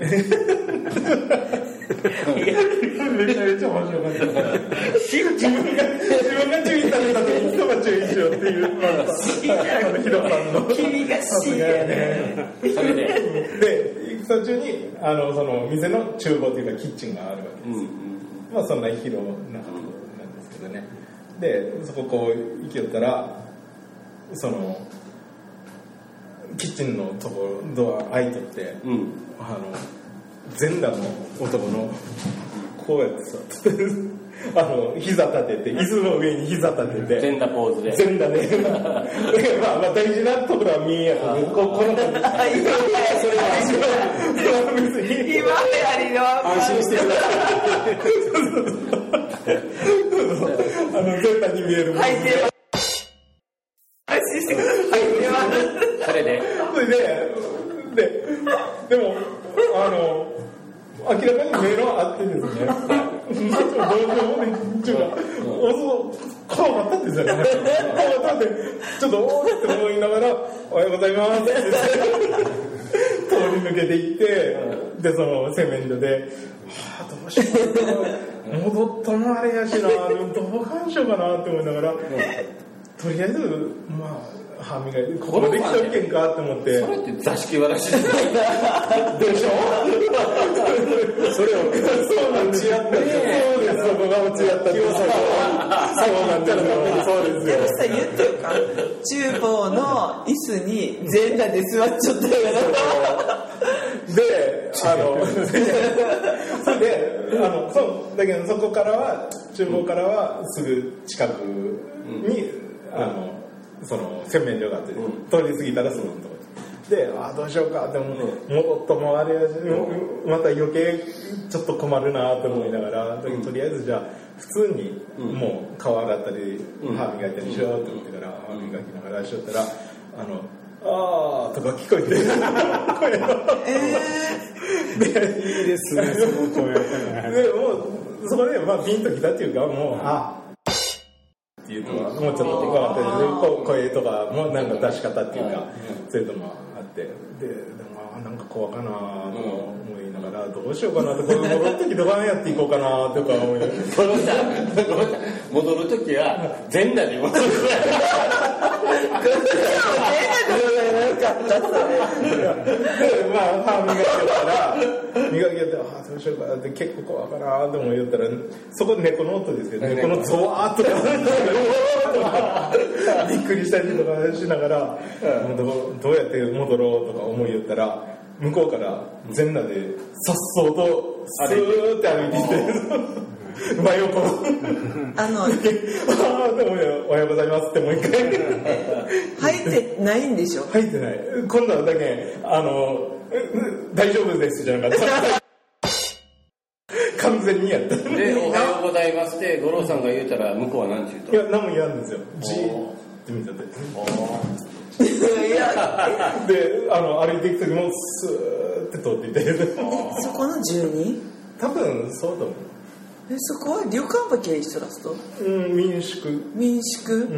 めちゃめちゃ面白かった自分が自分が注意された時に人が注意しようっていうヒロさんの君がさすがやねそれでで行く途中にあのその店の厨房というかキッチンがあるわけです、うんうん、まあそんな広なところなんですけどね。でそここう行きよったらそのキッチンのところドア開いとって、うん、あの全裸の男のこうやってさあの膝立てて椅子の上に膝立てて全裸ポーズで全裸でまあまあ大事なところは見えやけどここの感じ今やりの安心してくださいあの全裸に見えるはい安心してくださいそれでそれでででもあの明らかに目のあってですねどうしようもねちょっと怖かったんですよね怖かったんでちょっとおーって思いながらおはようございますって通り抜けていってでその洗面所ではあどうしよう戻ったのあれやしなどうかんしようかなって思いながらとりあえずまあ歯磨いてここできとるけんかって思ってそれって座敷わらしでしょそれをそうなんですよ、ね、そうですそこが落ちやったってそうなんですよそうですよでもさ言ってよか厨房の椅子に全裸で座っちゃったよであのそれであのそうだけどそこからは厨房からはすぐ近くに、うん、あのその洗面所があって、うん、通り過ぎたらそのところでああどうしようかでも、うん、戻っともあれやし、うん、また余計ちょっと困るなと思いながら、うん、とりあえずじゃあ普通にもう顔洗ったり、うん、歯磨いたりしようと思ってから、うん、歯磨きながらしよったらあのあーとか聞こえて声がえー、いいですねその声でもうそこでまあピンときたっていうかもうあっていうのはもうちょっと分かってる声とかもなんか出し方っていうかそういうのもあってででもなんか怖かなと思いながらどうしようかなってこれ戻る時どうやっていこうかなとか思いながら戻る時は全裸に戻るでまあ歯磨きやったら磨きやったらあどうしようかなって結構怖かなと思いよったらそこで猫の音ですけど猫のゾワーッとかびっくりしたりとかしながらど, どうやって戻ろうとか思いよったら向こうから全裸でさっそうとスーって歩いてきて真横あのあでもおはようございますってもう一回入ってないんでしょ入ってない今度はだけあの大丈夫ですじゃなかった完全にやった。 で、おはようございますって五郎さんが言うたら向こうは何て言うと。 いや、何も言わんですよ。じーって見ちゃって。 いやで、あの歩いていく時もスーって通っていて。 そこの住人？ 多分そうと思う。 え、そこは旅館ばきは一緒だと？ うん、民宿。 民宿？ うん。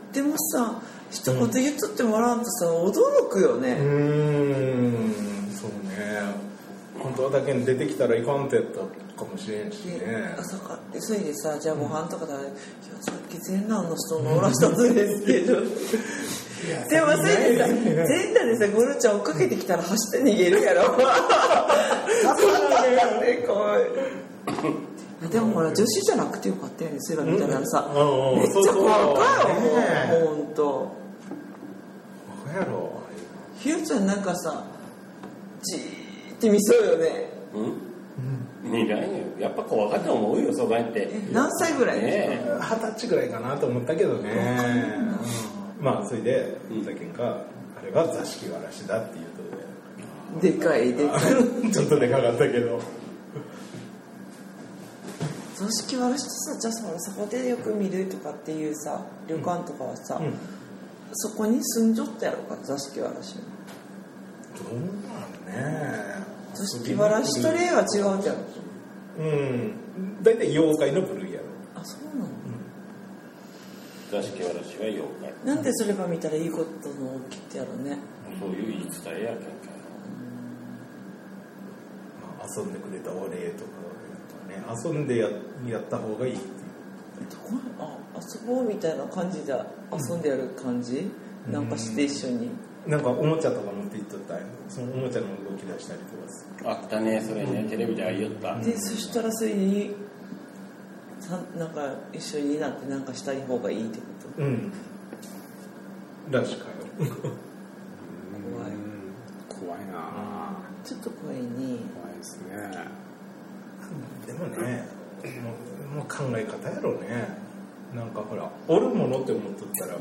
でもさ、一言言っとってもらうとさ、驚くよね。 うーん、そうね。本当はだけに出てきたらいかんってやったかもしれんしね。 朝かってそれでさ、じゃあご飯とか食べて、いやさっき全裸の人のおらしたんですけど。でもそれでさ、全裸でさ、ゴルちゃん追っかけてきたら走って逃げるやろ。でもほら女子じゃなくてよかったよね、そういえばみたいなさ、うん、めっちゃ怖かよ、もうほんと。 何やろひよちゃんなんかさ、じーって見そうよね。 うん、見ないよ。やっぱ怖かったと思うよ、そばって。 何歳ぐらい？ ね、二十歳ぐらいかなと思ったけどね。まあそれでだけんか、あれは座敷わらしだっていうことで。でかいでかい。 ちょっとでかかったけど。 座敷わらしとさ、じゃあそれそこでよく見るとかっていうさ、旅館とかはさ、うん、そこに住んじょったやろか、座敷わらし。 どうなんね。 座敷わらしと例は違うじゃん。 うん。だいたい妖怪の部類やろ。 あ、そうなの。 座敷わらしは妖怪。 なんでそれば見たらいいことの起きてやろね。 そういう言い伝えやけんか。 まあ遊んでくれたお礼とか。遊んで や, やった方がいいっていう。 あ、遊ぼうみたいな感じで遊んでやる感じ、うん、なんかして一緒になんかおもちゃとか持っていっとったらそのおもちゃの動き出したりとかする。 あったね、それね、うん、テレビであいよった。 でそしたらそれになんか一緒になってなんかしたい方がいいってこと？ うんらしかよ。 怖い怖いな。 ちょっと怖いね。 怖いですね。 でもね、もう考え方やろね。なんかほら、おるものって思っとったら、うん、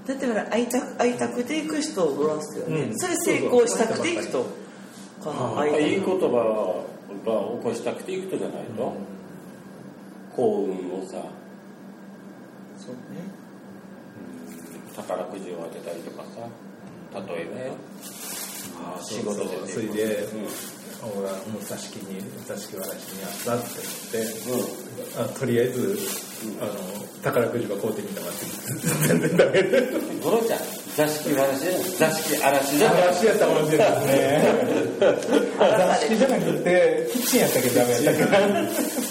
だってほら会いたく会いたくて行く人をおらすよね、うん、それ成功したくて行くとかな。 あ、いい言葉を起こしたくて行くとじゃないと、うん、幸運をさ、 そうね、 うん、宝くじを当てたりとかさ、例えばよ、ああ仕事で、 それで、うん俺はもう座敷に座敷わらしにあったって思って、うん、あとりあえず、うん、あの宝くじは買うてみたわって全然ダメで。 ゴロちゃん座敷わらし座敷嵐じゃない嵐やったかもしれないですね。座敷じゃなくてキッチンやったけどダメやったから。 ああ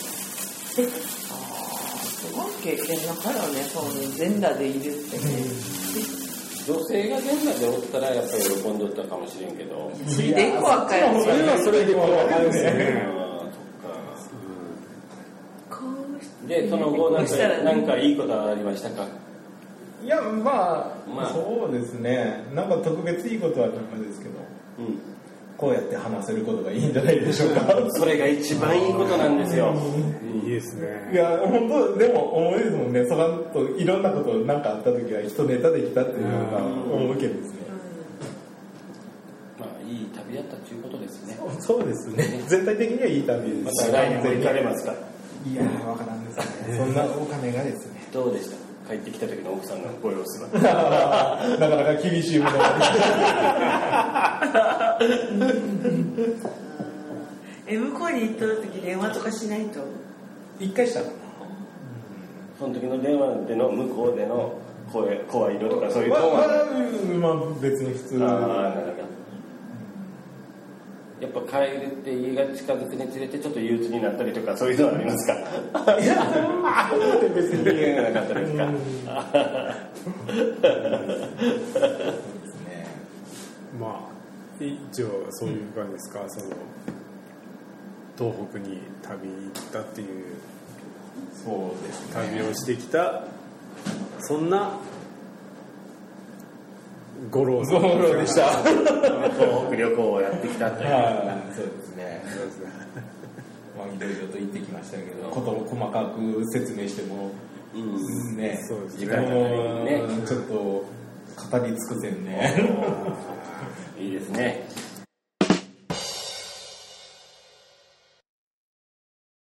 すごい経験だからね、そうね、全裸でいるってね。うん女性が全裸でおったらやっぱり喜んでおったかもしれんけど、 それで怖かよ。 それはそれで怖かよね。でその後なんかなんかいいことありましたか？ いやまあ、まあ、そうですね。なんか特別いいことはダメですけど、うん、こうやって話せることがいいんじゃないでしょうか。 それが一番いいことなんですよ。 いいですね。 いや本当でも思いですもんね。その後いろんなことなんかあった時は人ネタできたっていうのが思うけどですね。 まあいい旅だったということですね。 そう、そうですね。全体的にはいい旅です。 また来年も行かれますか？ いやわからんですね。そんなお金がですね。 どうでした？帰ってきた時の奥さんのご様子は。 なかなか厳しいものが。 え向こうに行った時電話とかしないと？ 一回したかな。 その時の電話での向こうでの声声色とかそういうトーンは、 まあ、まあ別に普通。 ああなるほど。やっぱ帰るって家が近づくにつれてちょっと憂鬱になったりとかそういうのはありますか？ いや別に家がなかったですか？ まあ一応そういう感じですか、うん、その東北に旅行ったっていうそうです、ね、 旅をしてきたそんな五郎さんでした。 東北旅行をやってきたという、 はい、そうですね。そうですね。まあいろいろと言ってきましたけど、ことを細かく説明しても、うん、ね、そうですね。ねちょっと語り尽くせんね。 いいですね。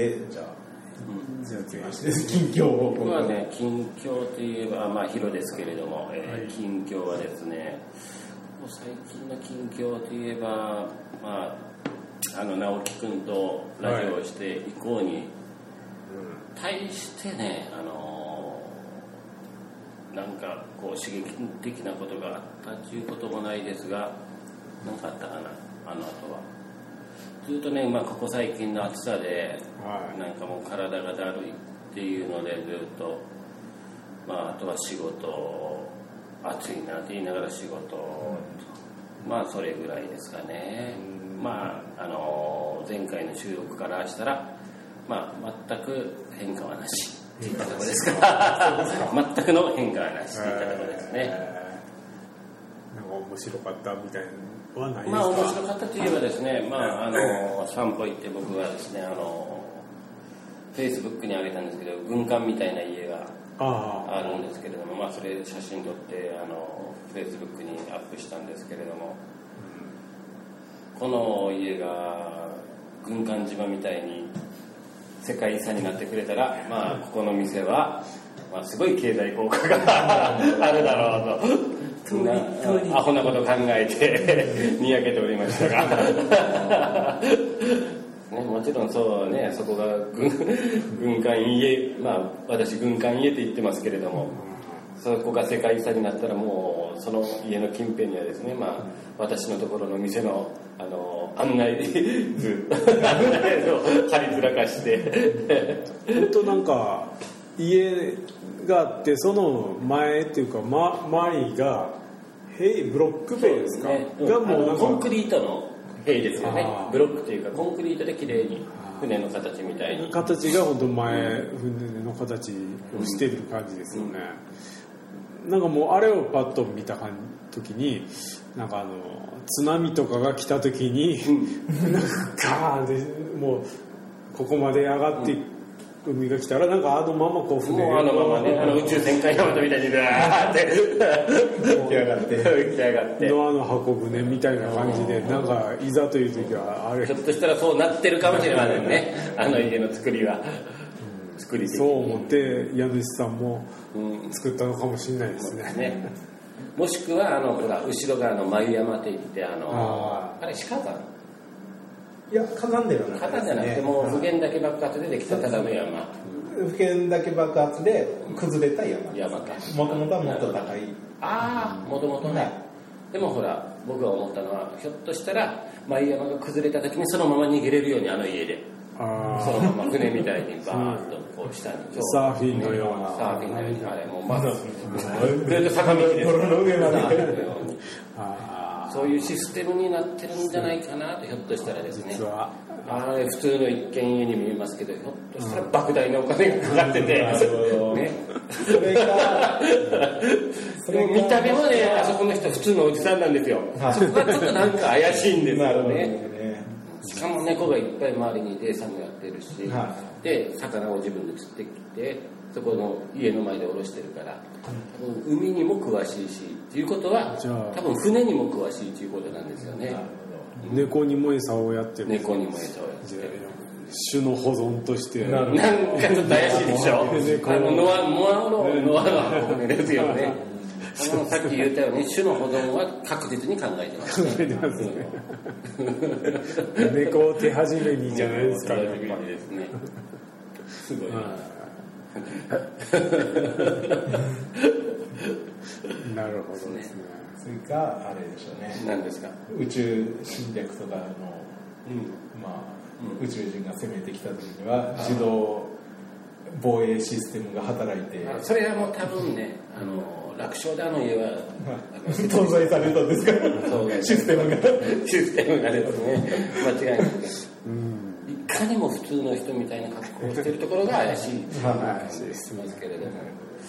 でじゃあ、 うん、じゃあ次近況を僕はね近況といえばまあ広ですけれども、えーはい、近況はですね最近の近況といえばまああの直樹君とラジオをして以降に、はい、対してねあのなんかこう刺激的なことがあったということもないですが何かあったかなあの後はずっとね、まあ、ここ最近の暑さで、はい、なんかもう体がだるいっていうのでずっと、まあ、あとは仕事暑いなって言いながら仕事、うん、まあそれぐらいですかね、うん、まああの前回の収録からしたら、まあ、全く変化はなしっていったところですから全くの変化はなしっていったところですね、えー、なんか面白かったみたいなはないですか。 まあ面白かったといえばですね、まああの散歩行って僕はですねあのフェイスブックに上げたんですけど軍艦みたいな家があるんですけれども、まあそれ写真撮ってあのフェイスブックにアップしたんですけれども、うん、この家が軍艦島みたいに世界遺産になってくれたら、まあここの店は、まあ、すごい経済効果があるだろうと。アホなこと考えてにやけておりましたが、ね、もちろんそうねそこが 軍, 軍艦家まあ私軍艦家って言ってますけれどもそこが世界遺産になったらもうその家の近辺にはですねまあ私のところの店のあの案内図案内図を貼りづらかして本当なんか家があってその前っていうか、ま、周りが塀ブロック塀ですか、ね、がもうなんかコンクリートの塀ですよね。ブロックというかコンクリートで綺麗に船の形みたいに形が本当前、うん、船の形をしてる感じですよね、うん、なんかもうあれをパッと見た時になんかあの津波とかが来た時に、うん、なんかガーンってもうここまで上がっていく、うん海が来たらなんかあのままこう船もうあのままねあの宇宙戦艦ヤマトみたいにガーって浮き上がって浮き上がってノアの箱舟みたいな感じでなんかいざという時はあれひょっとしたらそうなってるかもしれませんねあの家の作りは、うん、作り的にそう思って家主さんも作ったのかもしれないですね、うん、ねもしくはあのほら後ろ側の眉山って言ってあの あ, あれ鹿山いや火山ではない火山じゃなくてもう普賢岳爆発でできたただの山普賢岳爆発で崩れた山山かもともとはもっと高いああもともとね、でもほら僕が思ったのはひょっとしたら眉山が崩れた時にそのまま逃げれるようにあの家であそのまま船みたいにバーッとこう下にサーフィンのようなサーフィンのようにあれもうまずずっと坂道です泥の上までそういうシステムになってるんじゃないかなとひょっとしたらですねあれ普通の一軒家に見えますけどひょっとしたら莫大なお金がかかってて、ね、 それがそれ見た目はねあそこの人普通のおじさんなんですよそこがちょっとなんか怪しいんですよねしかも猫がいっぱい周りにいて餌もやってるし、はい、で魚を自分で釣ってきてそこの家の前で下ろしてるから多分海にも詳しいしっていうことは多分船にも詳しいということなんですよね。 猫にも餌をやってる猫にも餌をやってる種の保存としてなんかちょっと怪しいでしょあのノアノアのノアの箱舟ですよねあのさっき言ったように種の保存は確実に考えてます、ね、 考えてますね猫を手始めにじゃないですかねですねすごいなるほどですねそれかあれでしょうね何ですか宇宙侵略とかの、うんまあうん、宇宙人が攻めてきた時には自動防衛システムが働いてそれはもう多分ねあの楽勝であの家は搭載されたんですかシステムがシステムがですね間違いなく、うん、いかにも普通の人みたいな格好をしてるところが怪しい感じがしますけれども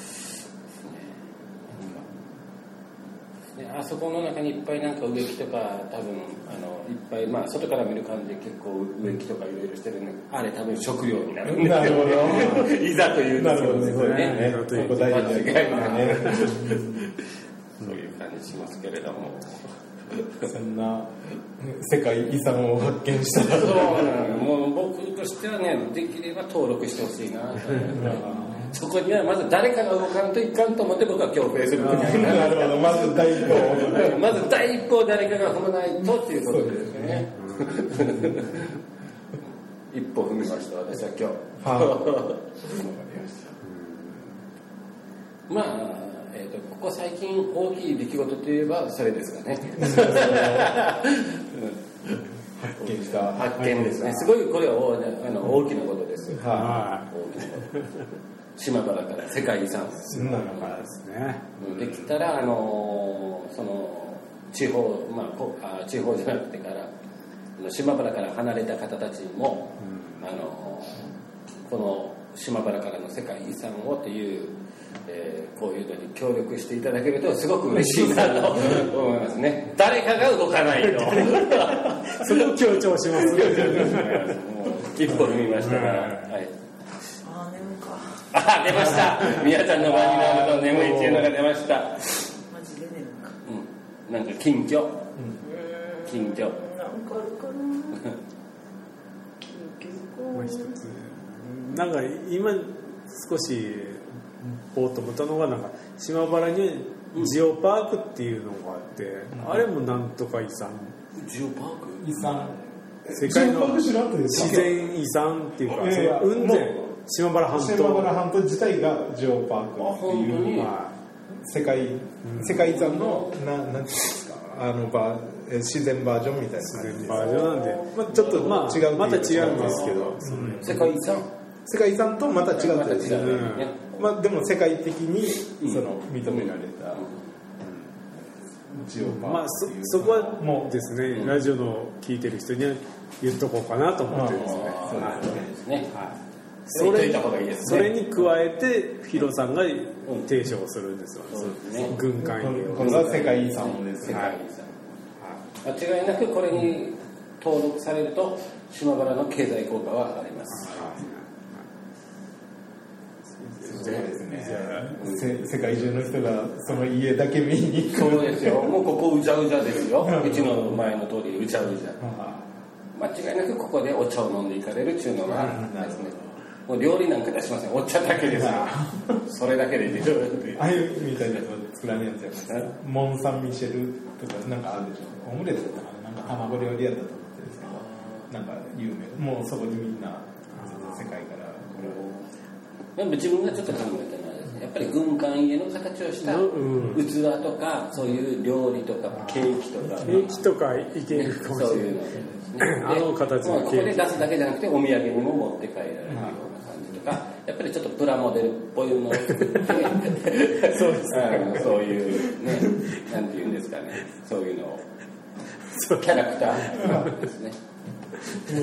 あそこの中にいっぱいなんか植木とか多分あのいっぱいまあ外から見る感じで結構植木とかいろいろしてるんであれ多分食料になるんですよ、ね、なるほどいざというとそうですよねねねそこ大事なねそういう感じしますけれどもそんな世界遺産を発見したらそうなのもう僕とししてはね、できれば登録してほしいなとそこにはまず誰かが動かんといかんと思って僕は今日フェイスブックに入ったんですけどまず第一歩まず第一歩を誰かが踏まないとっていうことですね一歩踏みました私は今日はまあ、えーと、ここ最近大きい出来事といえばそれですかね発見した発見ですね。すごいこれは大, あの大きなことですよ。 はい。 大きなこと。島原から世界遺産ですよ。 島原からですね。 できたらあのその地方まあ地方じゃなくてから島原から離れた方たちも、うん、あのこの島原からの世界遺産をという。えー、こういうのに協力していただけるとすごく嬉しいなと思いますね。誰かが動かないとそれを強調しますね一歩踏みましたから、はい、 あー眠かあ出ました宮ちゃんの場になると眠いっていうのが出ましたマジで眠か、 うん、なんか近況、うん、近況なんかあるかなもう一つなんか今少しポート思ったのがなんか島原にジオパークっていうのがあって、うん、あれもなんとか遺産ジオパーク遺産世界の自然遺産っていうか、 えー、 雲仙島原半島島原半島自体がジオパークっていう、まあ、世界、うん、世界遺産のななんていうんですかあのバー自然バージョンみたいな感じ自然バージョンなんで、まあ、ちょっとまあ違うまた違うんですけど、 うん、世界遺産世界遺産とまた違うまた違う、ねうんまあ、でも世界的にその認められた、 うん、ジオパークまあそ、そこはもうですね、うん、ラジオの聞いてる人には言っとこうかなと思ってですね、 そうですね、はい、 それ、それに加えてヒロさんが提唱するんですよ、うんね、軍艦家をこれは世界遺産です世界遺産、はい、間違いなくこれに登録されると島原の経済効果はあります、はいそうですね、世界中の人がその家だけ見に行くそうですよもうここうじゃうじゃですようちの前の通りうじゃうじゃ間違いなくここでお茶を飲んでいかれるっていうのがですねもう料理なんか出しませんお茶だけですよそれだけでできるああいうみたいなやつ作らないやつやモン・サン・ミシェルとかなんかあるでしょオムレツとかなんか卵料理やったと思ってるんですけどなんか有名もうそこにみんな世界からこれをでも自分がちょっと考えたのはですねやっぱり軍艦家の形をした器とか、うん、そういう料理とかケーキとかケーキとかいけるかもしれない、ね、そういうのですねあの形のここで出すだけじゃなくてお土産にも持って帰られるような感じとかやっぱりちょっとプラモデルっぽいのを作ってそうですねそういうねなんていうんですかねそういうのをキャラクターですね普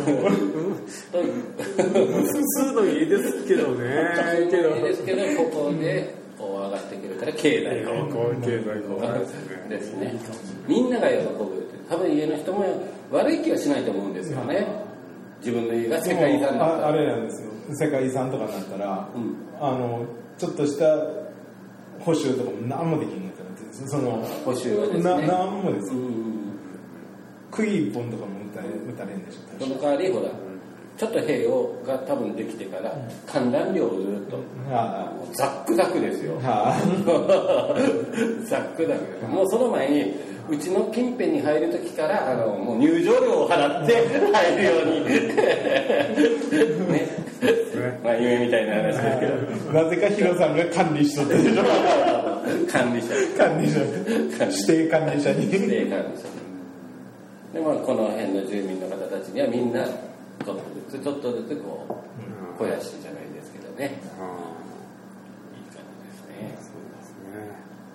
通の家ですけどね普通の家ですけどここでこう上がってくるから経済効果経済効果ですねみんなが喜ぶ多分家の人も悪い気はしないと思うんですよね自分の家が世界遺産だったらあ, あれなんですよ世界遺産とかになったら、うん、あのちょっとした補修とかも何もできんのってなってその補修はですねな何もですよ、うん釘一本とかも打たれ打たれんでしょその代わりほらちょっと塀をが多分できてから観覧料をずっと、うん、ザックザクですよ、はあ、ザックザクもうその前にうちの近辺に入る時からあのもう入場料を払って入るようにねまあ夢みたいな話ですけどなぜかヒロさんが管理しとってでしょ管理者管理者指定管理者に指定管理者でまあ、この辺の住民の方たちにはみんなちょっとずつちょっとずつこう肥やしじゃないですけどね、うん、いい感じですねそうですね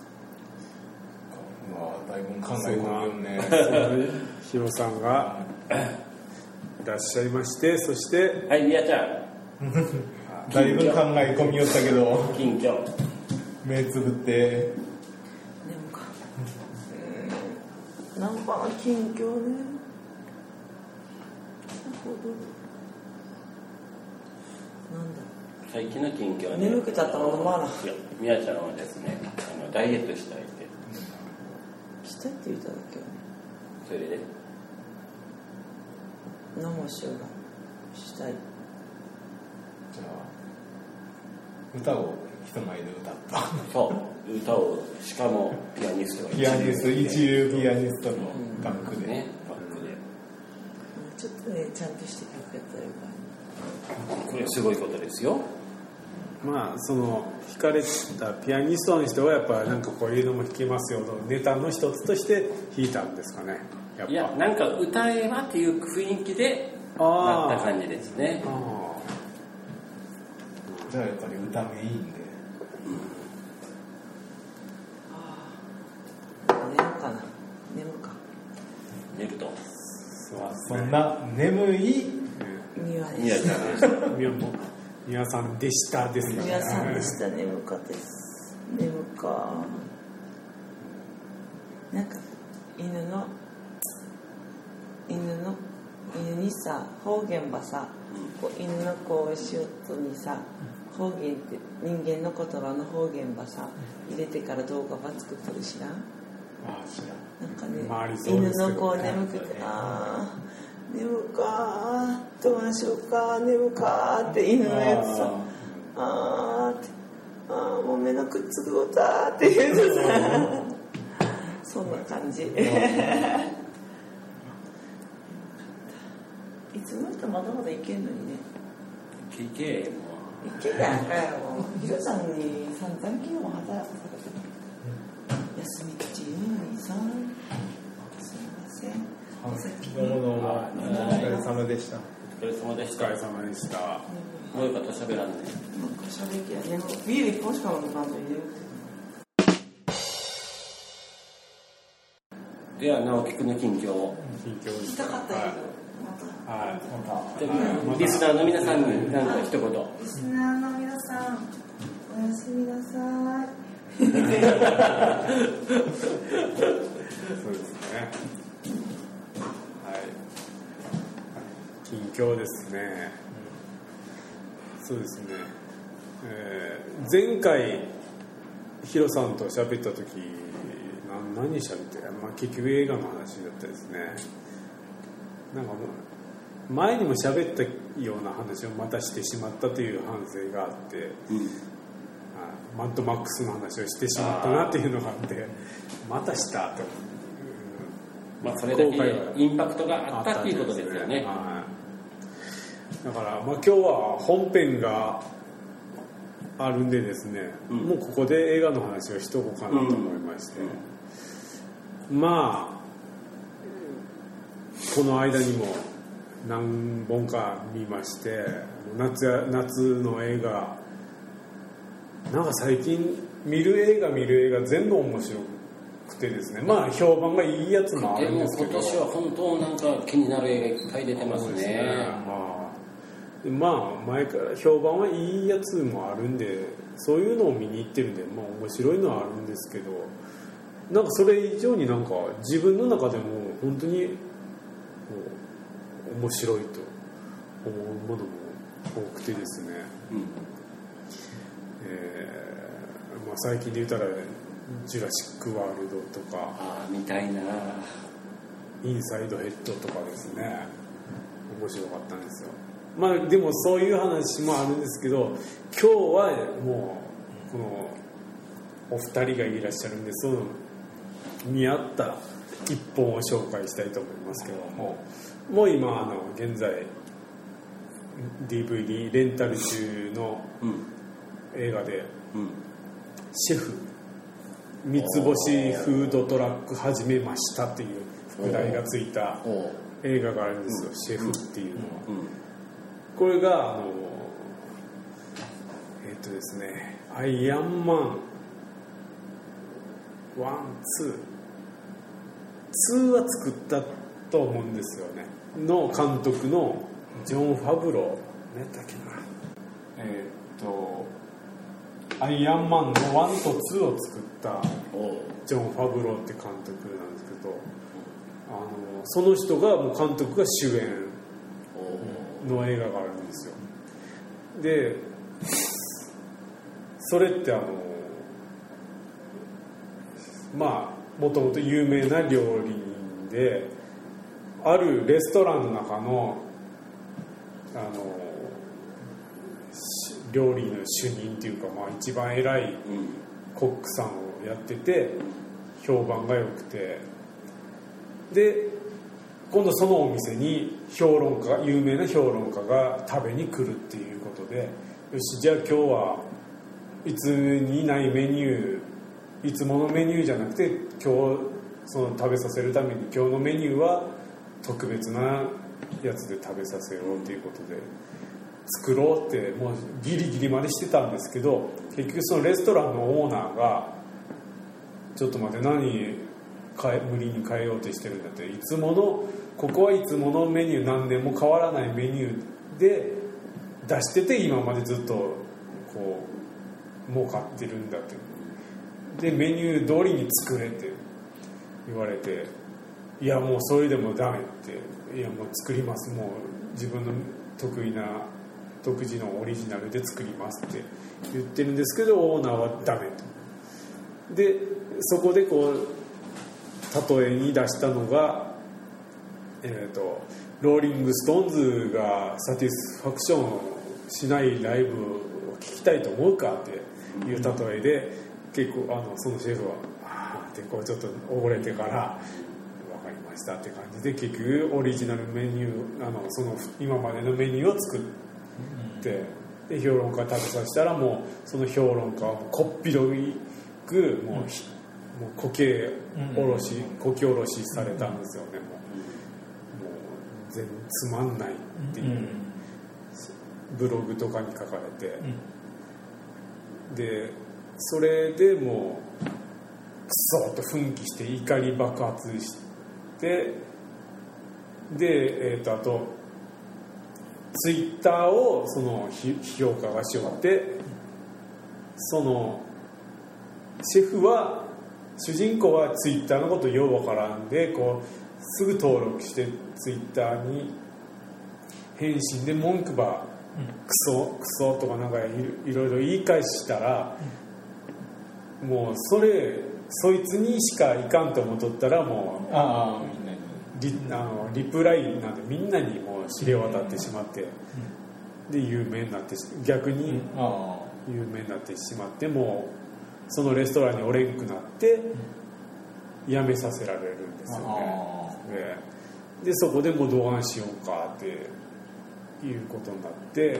まあだいぶ考え込むよねヒロさんがいらっしゃいましてそしてはいみやちゃんだいぶ考え込みよったけど近況目つぶってなんか近況ね。なんだ。 最近の近況はね。 眠くちゃったものもあら。 みやちゃんはですね、あのダイエットしたいって。 したいって言っただけよね。 それで。 何もしようがしたい。 じゃあ歌を人前で歌ったそう歌をしかもピアニストピアニスト一流ピアニストのバックで、ね、バックでちょっとねちゃんとして曲やったらよかった。 これすごいことですよ。 まあその弾かれたピアニストの人はやっぱなんかこういうのも弾けますよとネタの一つとして弾いたんですかね。やっぱいやなんか歌えばっていう雰囲気でなった感じですね。あじゃあやっぱり歌メインで、 うん、寝るかな眠るか寝るとそんな眠い宮で宮した宮も宮さんでしたですね。 宮さんでした。眠かったです。眠かなんか犬の犬の犬にさ方言ばさ、こう犬のこうシュートにさ方言って人間の言葉の方言ばさ入れてから動画ば作っとる知らん？ ああ知らん。 なんかね、 まあ、犬のこう眠くて、ああ眠かどうしようか眠かって犬のやつさ、あーってあーもう目のくっつくことって言うとさそんな感じいつもとまだまだいけんのにね。 いけいけもういけやんかよ。ヒロさんに散々昨日も働かされて休み口言うのにさ、すみません。 どうもどうもお疲れ様でした。 お疲れ様でしたお疲れ様でした。 もうよかった喋らんね。 なんか喋りきやね。ビール一本しか飲む感じで眠くて。 では直樹君の近況を近況聞きたかったけど、 はい、 はい、リスナーの皆さんに何か一言。 リスナーの皆さんおやすみなさい。 そうですね。近況ですね、そうですね、えー、前回ヒロさんと喋った時な何喋って、まあ、結局映画の話だったですね。なんかもう前にも喋ったような話をまたしてしまったという反省があって、うん、マッドマックスの話をしてしまったなっていうのがあってまたしたと、 うん、まあそれだけインパクトがあったっていうことですよね。 だから、まあ、今日は本編があるんでですね、うん、もうここで映画の話をしとこうかなと思いまして、うん、まあこの間にも何本か見まして、夏や夏の映画なんか最近見る映画見る映画全部面白くてですね、まあ評判がいいやつもあるんですけど、 でも今年は本当なんか気になる映画いっぱい出てますね。 ね、まあ、まあ前から評判はいいやつもあるんでそういうのを見に行ってるんで、まあ、面白いのはあるんですけど、なんかそれ以上になんか自分の中でも本当に面白いと思うものも多くてですね、うんえーまあ、最近で言ったらジュラシック・ワールドとか、 あ見たいな、 インサイドヘッドとかですね、面白かったんですよ。まあでもそういう話もあるんですけど、今日はもうこのお二人がいらっしゃるんで、その見合った一本を紹介したいと思いますけども、もう今あの現在 ディーブイディー レンタル中の映画で、うん、シェフ三つ星フードトラック始めましたっていう副題がついた映画があるんですよ、シェフっていうのは。これがあのえっとですねアイアンマンワンツーツーは作ったと思うんですよねの監督のジョン・ファブロー何だっけなえっとアイアンマンのワンとツーを作ったジョン・ファブローって監督なんですけど、あのその人がもう監督が主演の映画があるんですよ。でそれってあのまあもともと有名な料理人で、あるレストランの中のあの料理の主任っていうか、まあ、一番偉いコックさんをやってて評判が良くて、で今度そのお店に評論家有名な評論家が食べに来るっていうことで、よしじゃあ今日はいつにないメニュー、いつものメニューじゃなくて今日その食べさせるために今日のメニューは特別なやつで食べさせようということで作ろうってもうギリギリまでしてたんですけど、結局そのレストランのオーナーがちょっと待って、何変え無理に変えようとしてるんだって、いつものここはいつものメニュー、何年も変わらないメニューで出してて今までずっとこう儲かってるんだって、でメニュー通りに作れって言われて、いやもうそれでもダメって、いやもう作ります、もう自分の得意な独自のオリジナルで作りますって言ってるんですけど、オーナーはダメと。でそこでこう例えに出したのが、えーと、ローリングストーンズがサティスファクションしないライブを聴きたいと思うかっていう例えで、結構あのそのシェフはあーってこうちょっと溺れてから分かりましたって感じで、結局オリジナルメニュー、あのその今までのメニューを作ってで評論家食べさせたら、もうその評論家はこっぴどいくもう、うん、もう苔おろし苔おろしされたんですよね。もう、もう全然つまんないっていうブログとかに書かれて、でそれでもうクソッと奮起して怒り爆発してで、えー、とあとツイッターをその評価がしよって、そのシェフは主人公はツイッターのことようわからんで、こうすぐ登録してツイッターに返信で文句ばクソクソとかなんかいろいろ言い返したら、もうそれそいつにしかいかんと思っとったら、もうあみんなに リ, あのリプライなんでみんなにもう知れ渡ってしまって、で有名になって、逆に有名になってしまって、もうそのレストランにおれんくなって辞めさせられるんですよね。で, でそこでもうどうしようかっていうことになって、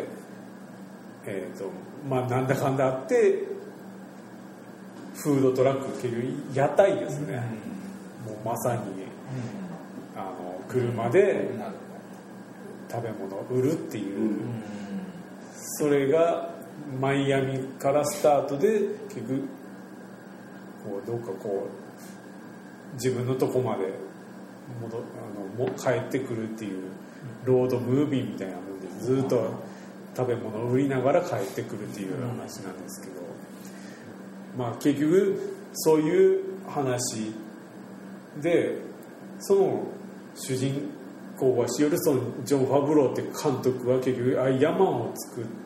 えーとまあ、なんだかんだあってフードトラック、結局屋台ですね、うん、もうまさに、うん、あの車で食べ物を売るっていう、うん、それがマイアミからスタートで、結局こうどっかこう自分のとこまで戻あのも帰ってくるっていうロードムービーみたいなもんで、ずっと食べ物を売りながら帰ってくるっていう話なんですけど、まあ結局そういう話で、その主人公はシオルソン・ジョン・ファブローって監督は結局アイアンマンを作って、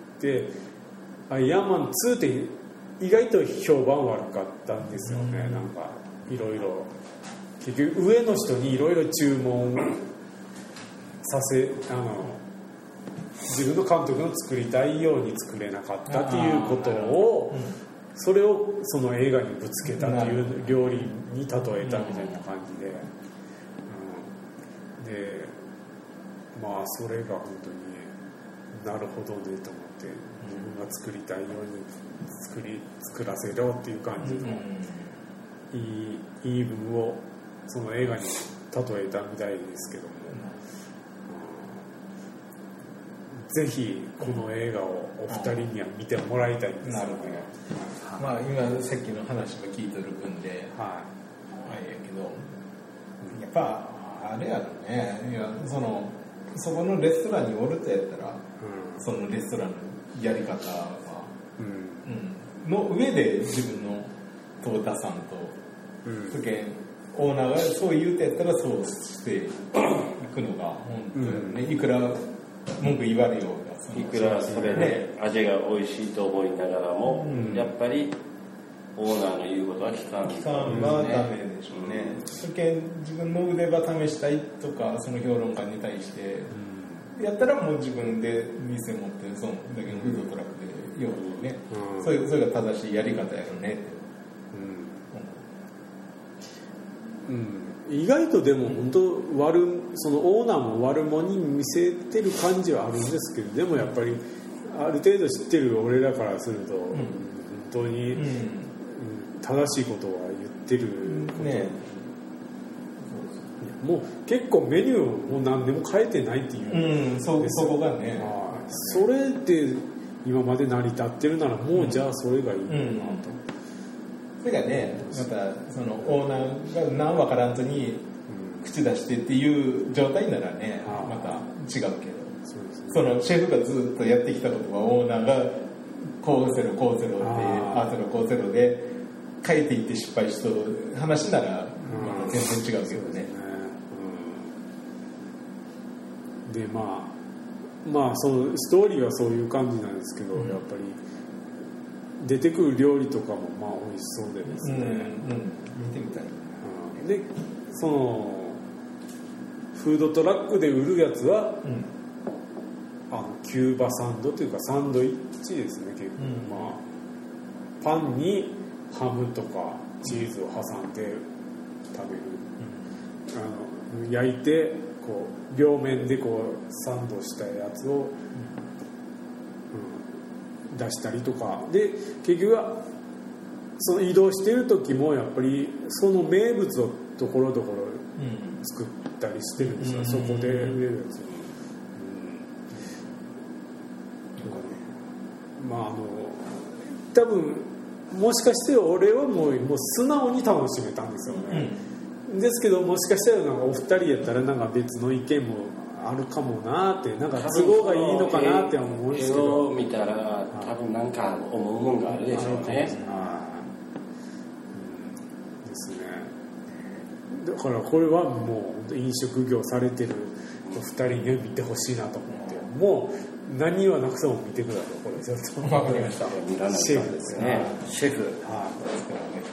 アイアンマンツーって意外と評判悪かったんですよね。なんかいろいろ結局上の人にいろいろ注文させあの自分の監督の作りたいように作れなかったっていうことを、それをその映画にぶつけたっていう料理に例えたみたいな感じで、うん、でまあそれが本当になるほどねと思って、自分が作りたいように作り作らせろっていう感じのいい、いい部分をその映画に例えたみたいですけども、ぜひこの映画をお二人には見てもらいたいんですよね。なるほど。 まあ今さっきの話も聞いてる分で、はい、あれやけど、やっぱあれやろね。いやそのそこのレストランにおるとやったら、うん、そのレストランのやり方は、うんうん、の上で自分のトータさんと、うん、そけんオーナーがそう言うてやったらそうしていくのが本当にね、うん、いくら文句言われようが、 いくらそれで味が美味しいと思いながらも、うん、やっぱりオーナーの言うことは聞かん聞かんはダメでしょうね。そけん自分の腕ば試したいとか、その評論家に対してやったらもう自分で店持ってそのだけのフードトラックでようね、うん、それそれが正しいやり方やよねって、 うんうん、意外とでも本当悪そのオーナーも悪者に見せてる感じはあるんですけど、でもやっぱりある程度知ってる俺らからすると、うん、本当に、うんうん、正しいことは言ってること、ね、もう結構メニューをもう何でも変えてないっていうんですよ、 うん、そ, そこがね、 それで今まで成り立ってるならもうじゃあそれがいいのかなと、うんうん、 それがねまたそのオーナーが何分からんとに口出してっていう状態ならね、うん、また違うけど、そうですね、そのシェフがずっとやってきたことはオーナーがこうせろこうせろってああせろこうせろで変えていって失敗しとる話なら、まあ、全然違うけどね、 うん、でまあまあそのストーリーはそういう感じなんですけど、うん、やっぱり出てくる料理とかもまあ美味しそうでですね、うんうん、見てみたい、 うん、でそのフードトラックで売るやつは、うん、あのキューバサンドというかサンドイッチですね結構、うん、まあパンにハムとかチーズを挟んで食べる、うん、あの焼いてこう両面でこうサンドしたやつを、うんうん、出したりとかで結局はその移動してる時もやっぱりその名物をところどころ作ったりしてるんですよ、うん、そこで売れるやつ、うん、とかね、まああの多分もしかして俺はもう、もう素直に楽しめたんですよね、うん、ですけどもしかしたらなんかお二人やったらなんか別の意見もあるかもなってなんか都合がいいのかなって思うんですけど、 絵を見たら多分なんか思うもんがあるでしょうね、 うん、ですね。だからこれはもう飲食業されてるお二人には見てほしいなと思って、もう何はなくても見てくださいこれちょっとわかりました。 シェフですね。シェフ。 はい。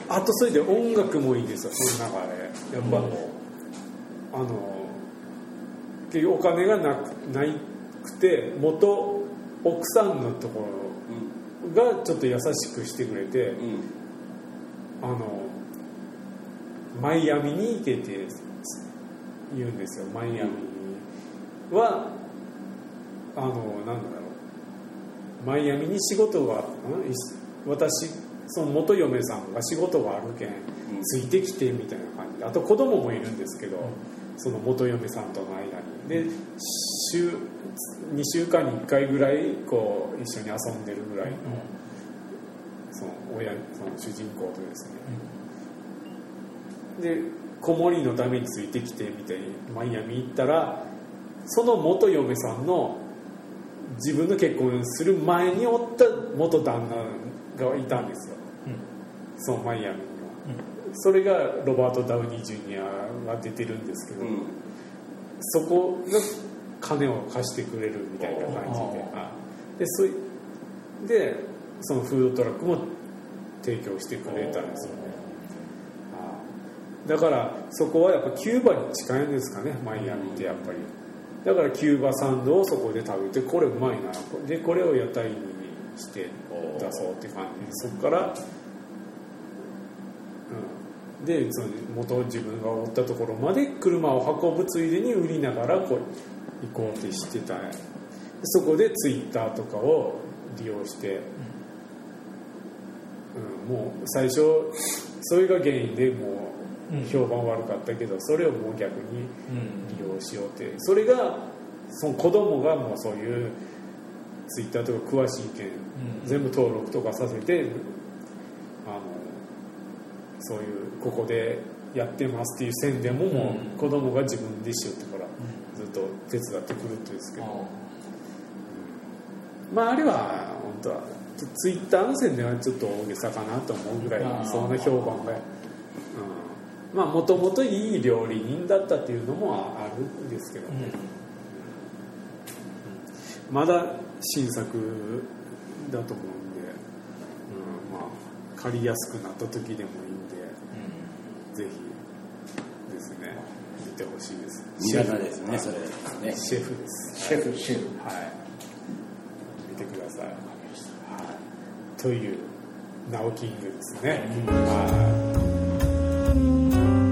あとそれで音楽もいいですよその中でやっぱ、うん、あの結局お金がなくないくて元奥さんのところがちょっと優しくしてくれて、うん、あのマイアミに行けって言うんですよ。マイアミはあのなんだろうマイアミに仕事が、うん、私その元嫁さんが仕事があるけん、うん、ついてきてみたいな感じで、あと子供もいるんですけど、うん、その元嫁さんとの間にで週にしゅうかんにいっかいぐらいこう一緒に遊んでるぐらいの、うん、その親その主人公とですね、うん、で子守のためについてきてみたいにマイアミ行ったらその元嫁さんの自分の結婚する前におった元旦那がいたんですよ、うん、そのマイアミには、うん、それがロバート・ダウニー・ジュニアが出てるんですけど、うん、そこが金を貸してくれるみたいな感じで、でそでそのフードトラックも提供してくれたんですよね。だからそこはやっぱキューバに近いんですかねマイアミってやっぱり。だからキューバサンドをそこで食べてこれうまいなでこれを屋台にして出そうって感じでそこから、うん、でその元自分がおったところまで車を運ぶついでに売りながらこう行こうってしてた、ね、そこでツイッターとかを利用して、うん、もう最初それが原因でもう評判悪かったけどそれをもう逆に利用しようってそれがその子供がもうそういうツイッターとか詳しい件全部登録とかさせてあのそういうここでやってますっていう宣伝ももう子供が自分でしよってからずっと手伝ってくるって言うんですけど、うん、まああれは本当はツイッターの宣伝はちょっと大げさかなと思うぐらいそんな評判が。まあもともといい料理人だったっていうのもあるんですけどね、うん、まだ新作だと思うんで、うん、まあ借りやすくなった時でもいいんで、うん、ぜひですね。見てほしいです。 シェフですね、それですね。 シェフです。 シェフ、シェフ。 はい。見てください。はい。というナオキングですね。うん、まあ。